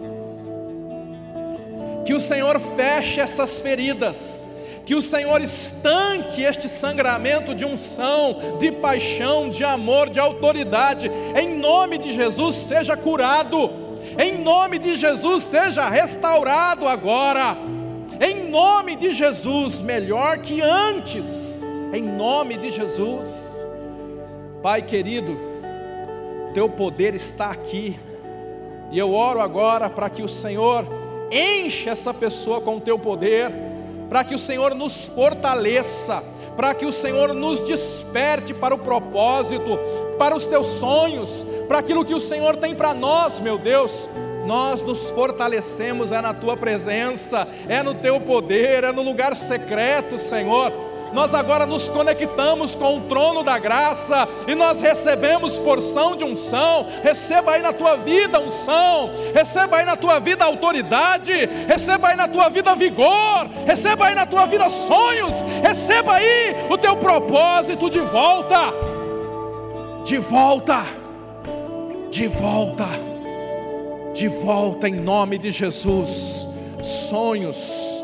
Que o Senhor feche essas feridas, que o Senhor estanque este sangramento de unção, de paixão, de amor, de autoridade. Em nome de Jesus, seja curado. Em nome de Jesus, seja restaurado agora. Em nome de Jesus, melhor que antes. Em nome de Jesus. Pai querido, teu poder está aqui. E eu oro agora para que o Senhor enche essa pessoa com o teu poder, para que o Senhor nos fortaleça, para que o Senhor nos desperte para o propósito, para os teus sonhos, para aquilo que o Senhor tem para nós, meu Deus. Nós nos fortalecemos na tua presença, é no teu poder, é no lugar secreto, Senhor. Nós agora nos conectamos com o trono da graça e nós recebemos porção de unção. Receba aí na tua vida unção, receba aí na tua vida autoridade, receba aí na tua vida vigor, receba aí na tua vida sonhos, receba aí o teu propósito de volta, de volta, de volta, de volta em nome de Jesus. Sonhos,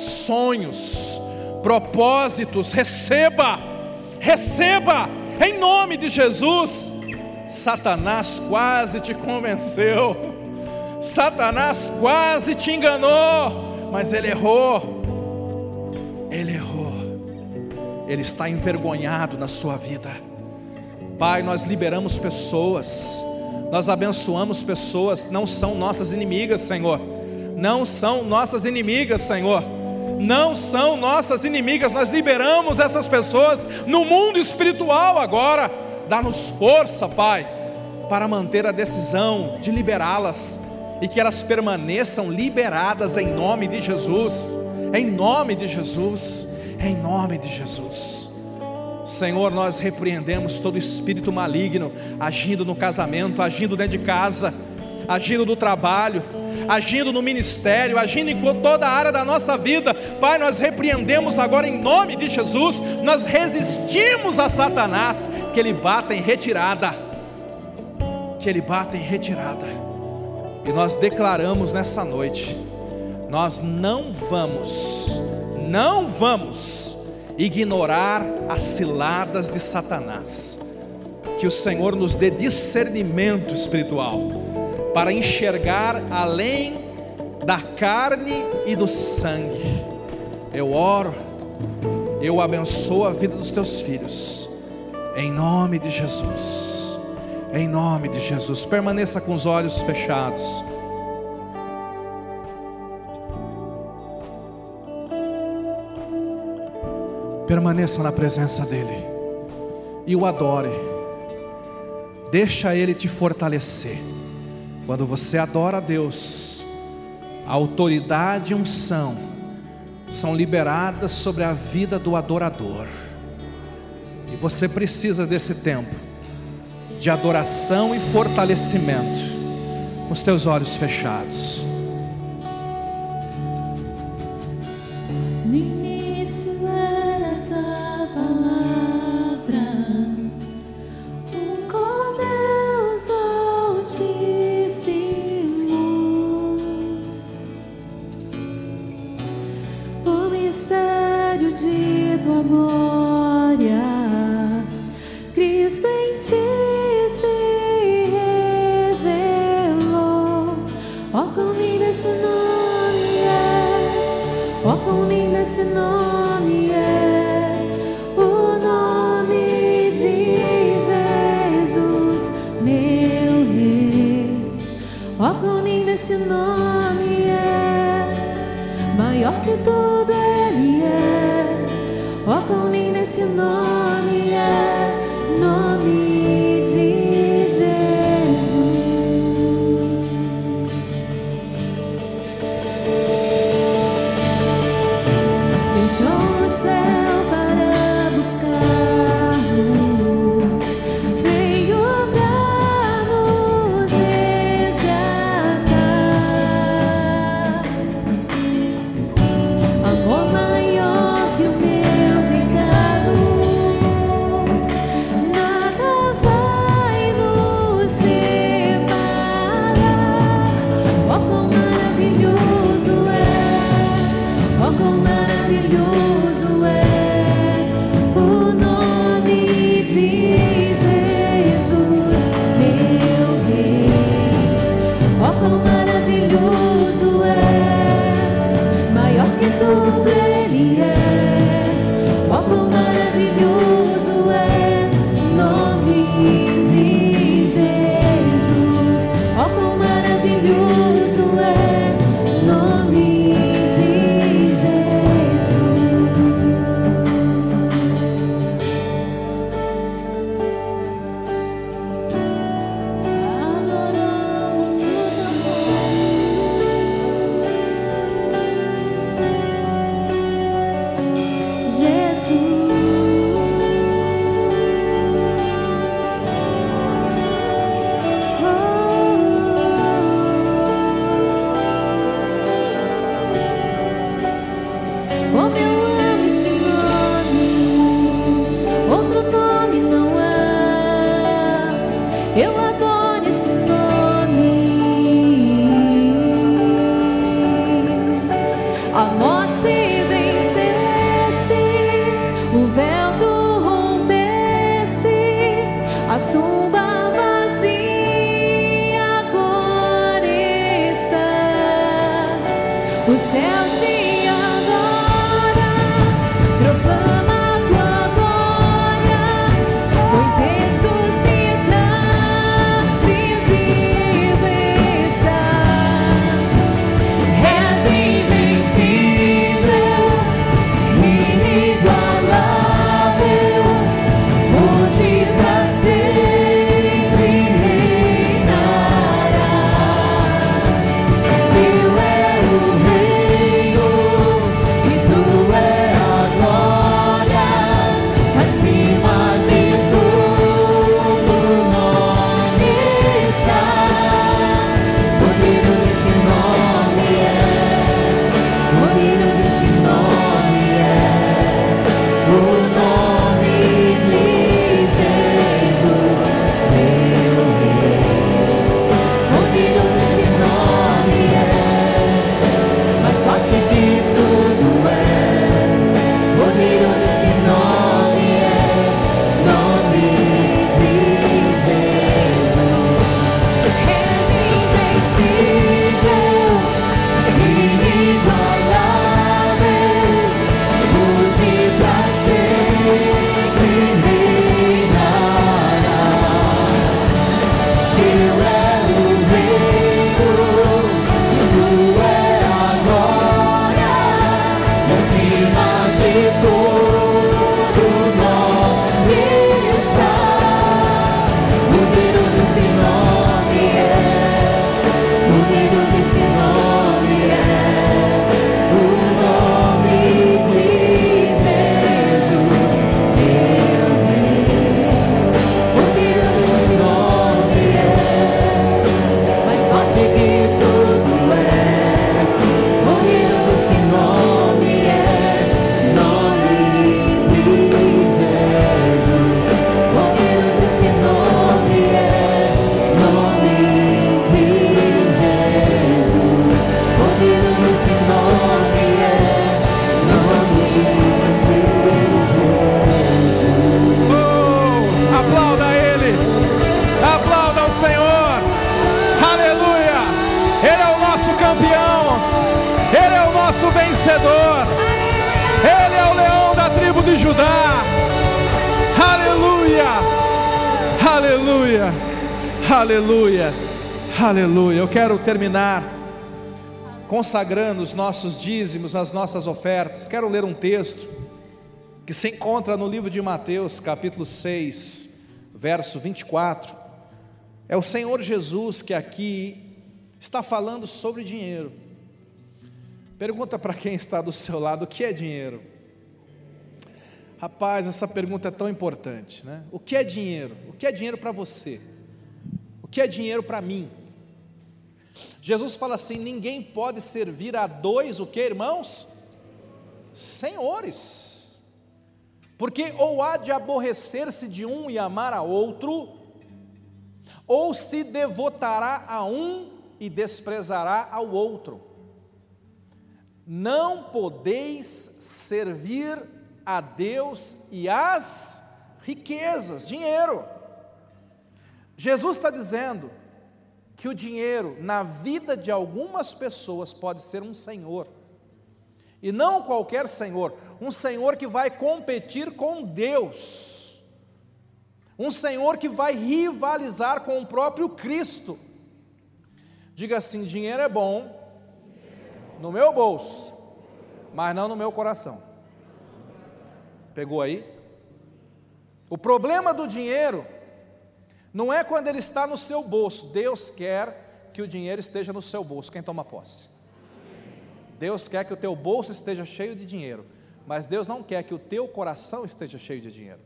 propósitos, receba em nome de Jesus. Satanás quase te convenceu, Satanás quase te enganou, mas ele errou, ele está envergonhado na sua vida. Pai, nós liberamos pessoas, nós abençoamos pessoas, não são nossas inimigas, Senhor. Não são nossas inimigas, Senhor. Não são nossas inimigas. Nós liberamos essas pessoas no mundo espiritual agora. Dá-nos força, Pai, para manter a decisão de liberá-las e que elas permaneçam liberadas em nome de Jesus. Em nome de Jesus. Em nome de Jesus. Senhor, nós repreendemos todo espírito maligno agindo no casamento, agindo dentro de casa, agindo no trabalho, agindo no ministério, agindo em toda a área da nossa vida. Pai, nós repreendemos agora em nome de Jesus. Nós resistimos a Satanás, que ele bata em retirada, que ele bata em retirada. E nós declaramos nessa noite, nós não vamos ignorar as ciladas de Satanás. Que o Senhor nos dê discernimento espiritual para enxergar além da carne e do sangue. Eu oro, eu abençoo a vida dos teus filhos, em nome de Jesus. Em nome de Jesus. Permaneça com os olhos fechados. Permaneça na presença dEle e o adore. Deixa Ele te fortalecer. Quando você adora a Deus, a autoridade e unção são liberadas sobre a vida do adorador. E você precisa desse tempo de adoração e fortalecimento, com os teus olhos fechados.
Esse nome é maior que tudo, Ele é. Ó, com mim nesse nome é nome de Jesus. Deixou o céu para buscar-nos, veio para nos resgatar. Amor maior que o meu pecado, nada vai nos separar. Ó, quão maravilhoso é, ó, quão maravilhoso é o nome de Jesus, meu Rei. Ó, quão maravilhoso é, maior que tudo Ele é. Ó, quão maravilhoso é o nome de Jesus. Ó, quão maravilhoso é o nome de Jesus. Adoramos o teu nome, Jesus. Como eu amo esse nome, outro nome não há. Eu adoro esse nome. A morte venceste, o véu tu rompeste, a tumba vazia agora está. O céu te adora, proclama a tua
vencedor. Ele é o leão da tribo de Judá. Aleluia, aleluia, aleluia, aleluia. Eu quero terminar consagrando os nossos dízimos, as nossas ofertas. Quero ler um texto que se encontra no livro de Mateus, capítulo 6, verso 24. É o Senhor Jesus que aqui está falando sobre dinheiro. Pergunta para quem está do seu lado: o que é dinheiro? Rapaz, essa pergunta é tão importante, né? O que é dinheiro? O que é dinheiro para você? O que é dinheiro para mim? Jesus fala assim: ninguém pode servir a dois, o que, irmãos? Senhores. Porque ou há de aborrecer-se de um e amar a outro, ou se devotará a um e desprezará ao outro. Não podeis servir a Deus e às riquezas, dinheiro. Jesus está dizendo que o dinheiro na vida de algumas pessoas pode ser um senhor, e não qualquer senhor, um senhor que vai competir com Deus, um senhor que vai rivalizar com o próprio Cristo. Diga assim: dinheiro é bom no meu bolso, mas não no meu coração. Pegou aí? O problema do dinheiro não é quando ele está no seu bolso. Deus quer que o dinheiro esteja no seu bolso. Quem toma posse? Deus quer que o teu bolso esteja cheio de dinheiro, mas Deus não quer que o teu coração esteja cheio de dinheiro.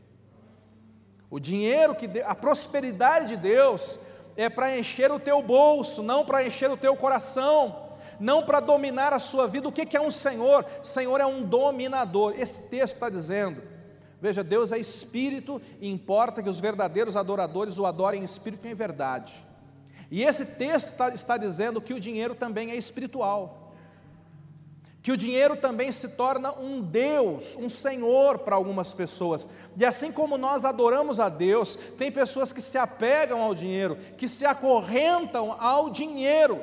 O dinheiro, a prosperidade de Deus é para encher o teu bolso, não para encher o teu coração, não para dominar a sua vida. O que é um senhor? Senhor é um dominador. Esse texto está dizendo, veja, Deus é espírito e importa que os verdadeiros adoradores o adorem em espírito e em verdade. E esse texto está dizendo que o dinheiro também é espiritual, que o dinheiro também se torna um Deus, um Senhor para algumas pessoas. E assim como nós adoramos a Deus, tem pessoas que se apegam ao dinheiro, que se acorrentam ao dinheiro.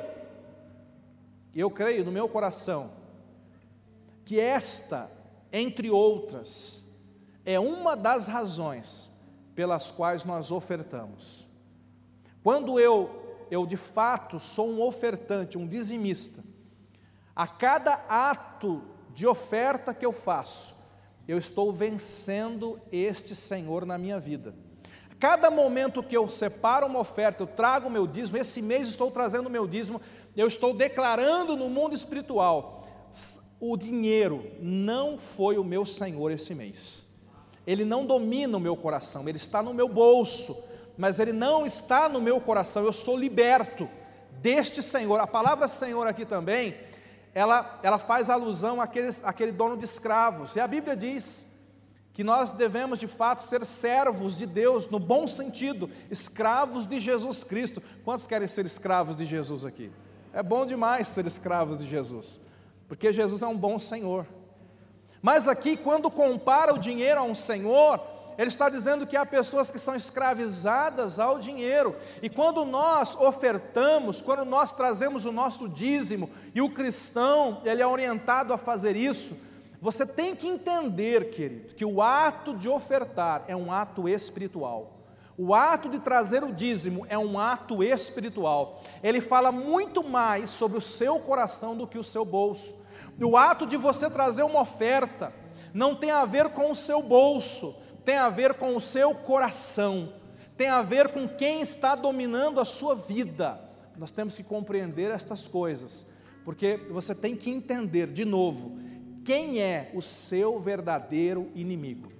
E eu creio no meu coração que esta, entre outras, é uma das razões pelas quais nós ofertamos. Quando eu de fato sou um ofertante, um dizimista, a cada ato de oferta que eu faço, eu estou vencendo este Senhor na minha vida. Cada momento que eu separo uma oferta, eu trago o meu dízimo, esse mês estou trazendo o meu dízimo, eu estou declarando no mundo espiritual: o dinheiro não foi o meu Senhor esse mês, ele não domina o meu coração, ele está no meu bolso, mas ele não está no meu coração. Eu sou liberto deste Senhor. A palavra Senhor aqui também, ela faz alusão àquele dono de escravos, e a Bíblia diz que nós devemos de fato ser servos de Deus, no bom sentido, escravos de Jesus Cristo. Quantos querem ser escravos de Jesus aqui? É bom demais ser escravos de Jesus, porque Jesus é um bom Senhor. Mas aqui, quando compara o dinheiro a um Senhor, ele está dizendo que há pessoas que são escravizadas ao dinheiro, e quando nós ofertamos, quando nós trazemos o nosso dízimo, e o cristão, ele é orientado a fazer isso, você tem que entender, querido, que o ato de ofertar é um ato espiritual. O ato de trazer o dízimo é um ato espiritual. Ele fala muito mais sobre o seu coração do que o seu bolso. O ato de você trazer uma oferta não tem a ver com o seu bolso, tem a ver com o seu coração, tem a ver com quem está dominando a sua vida. Nós temos que compreender estas coisas, porque você tem que entender, de novo, quem é o seu verdadeiro inimigo.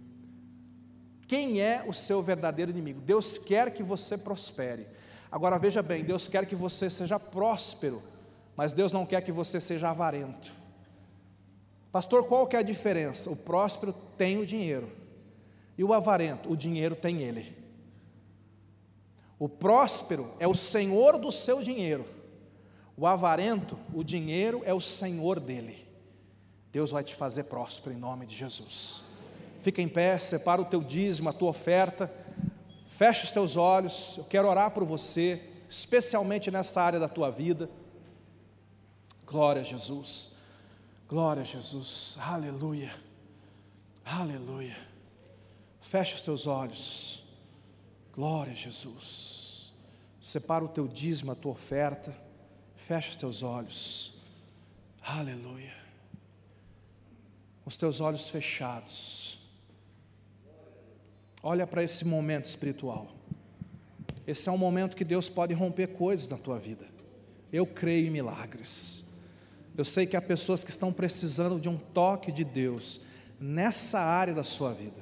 Quem é o seu verdadeiro inimigo? Deus quer que você prospere. Agora veja bem, Deus quer que você seja próspero, mas Deus não quer que você seja avarento. Pastor, qual que é a diferença? O próspero tem o dinheiro, e o avarento, o dinheiro tem ele. O próspero é o senhor do seu dinheiro, o avarento, o dinheiro é o senhor dele. Deus vai te fazer próspero em nome de Jesus. Fica em pé, separa o teu dízimo, a tua oferta, fecha os teus olhos. Eu quero orar por você, especialmente nessa área da tua vida. Glória a Jesus. Glória a Jesus, aleluia, aleluia. Fecha os teus olhos, glória a Jesus. Separa o teu dízimo, a tua oferta, fecha os teus olhos, aleluia. Com os teus olhos fechados, olha para esse momento espiritual. Esse é um momento que Deus pode romper coisas na tua vida. Eu creio em milagres. Eu sei que há pessoas que estão precisando de um toque de Deus nessa área da sua vida.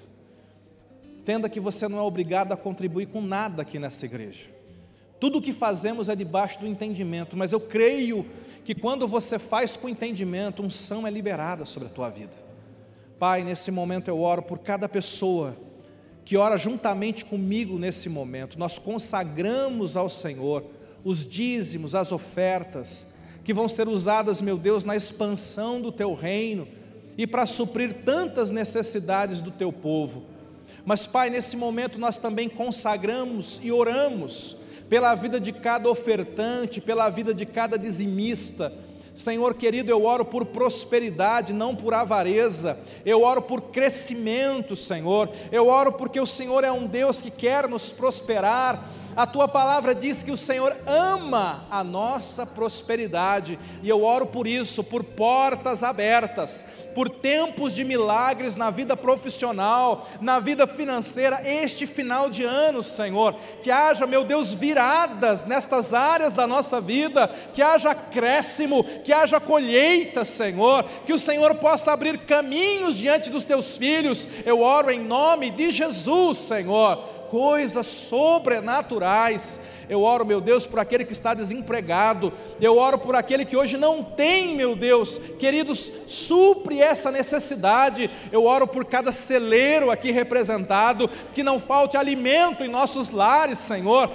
Entenda que você não é obrigado a contribuir com nada aqui nessa igreja. Tudo o que fazemos é debaixo do entendimento, mas eu creio que quando você faz com entendimento, unção é liberada sobre a tua vida. Pai, nesse momento eu oro por cada pessoa que ora juntamente comigo nesse momento. Nós consagramos ao Senhor os dízimos, as ofertas, que vão ser usadas, meu Deus, na expansão do Teu reino, e para suprir tantas necessidades do Teu povo. Mas Pai, nesse momento nós também consagramos e oramos pela vida de cada ofertante, pela vida de cada dizimista. Senhor querido, eu oro por prosperidade, não por avareza. Eu oro por crescimento, Senhor. Eu oro porque o Senhor é um Deus que quer nos prosperar. A Tua palavra diz que o Senhor ama a nossa prosperidade, e eu oro por isso, por portas abertas, por tempos de milagres na vida profissional, na vida financeira, este final de ano, Senhor, que haja, meu Deus, viradas nestas áreas da nossa vida, que haja acréscimo, que haja colheita, Senhor, que o Senhor possa abrir caminhos diante dos Teus filhos. Eu oro em nome de Jesus, Senhor, coisas sobrenaturais. Eu oro, meu Deus, por aquele que está desempregado. Eu oro por aquele que hoje não tem, meu Deus, queridos, supre essa necessidade. Eu oro por cada celeiro aqui representado, que não falte alimento em nossos lares, Senhor.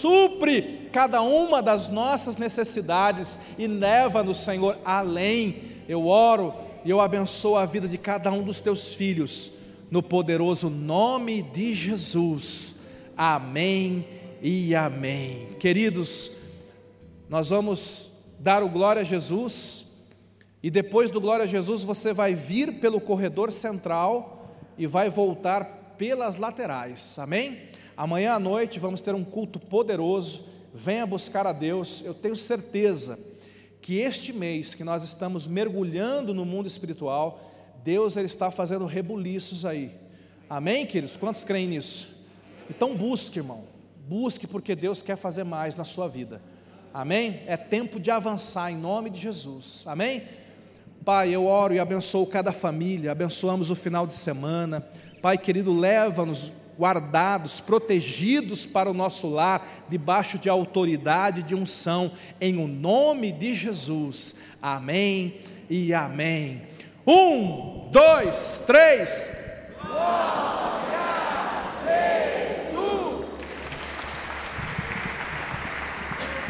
Supre cada uma das nossas necessidades e leva-nos, Senhor, além. Eu oro e eu abençoo a vida de cada um dos Teus filhos, no poderoso nome de Jesus, amém e amém. Queridos, nós vamos dar o glória a Jesus, e depois do glória a Jesus você vai vir pelo corredor central e vai voltar pelas laterais, amém? Amanhã à noite vamos ter um culto poderoso. Venha buscar a Deus. Eu tenho certeza que este mês que nós estamos mergulhando no mundo espiritual, Deus ele está fazendo rebuliços aí, amém, queridos? Quantos creem nisso? Então busque, irmão, busque, porque Deus quer fazer mais na sua vida, amém? É tempo de avançar em nome de Jesus, amém? Pai, eu oro e abençoo cada família, abençoamos o final de semana. Pai querido, leva-nos guardados, protegidos para o nosso lar, debaixo de autoridade, de unção, em o nome de Jesus, amém e amém. 1, 2, 3.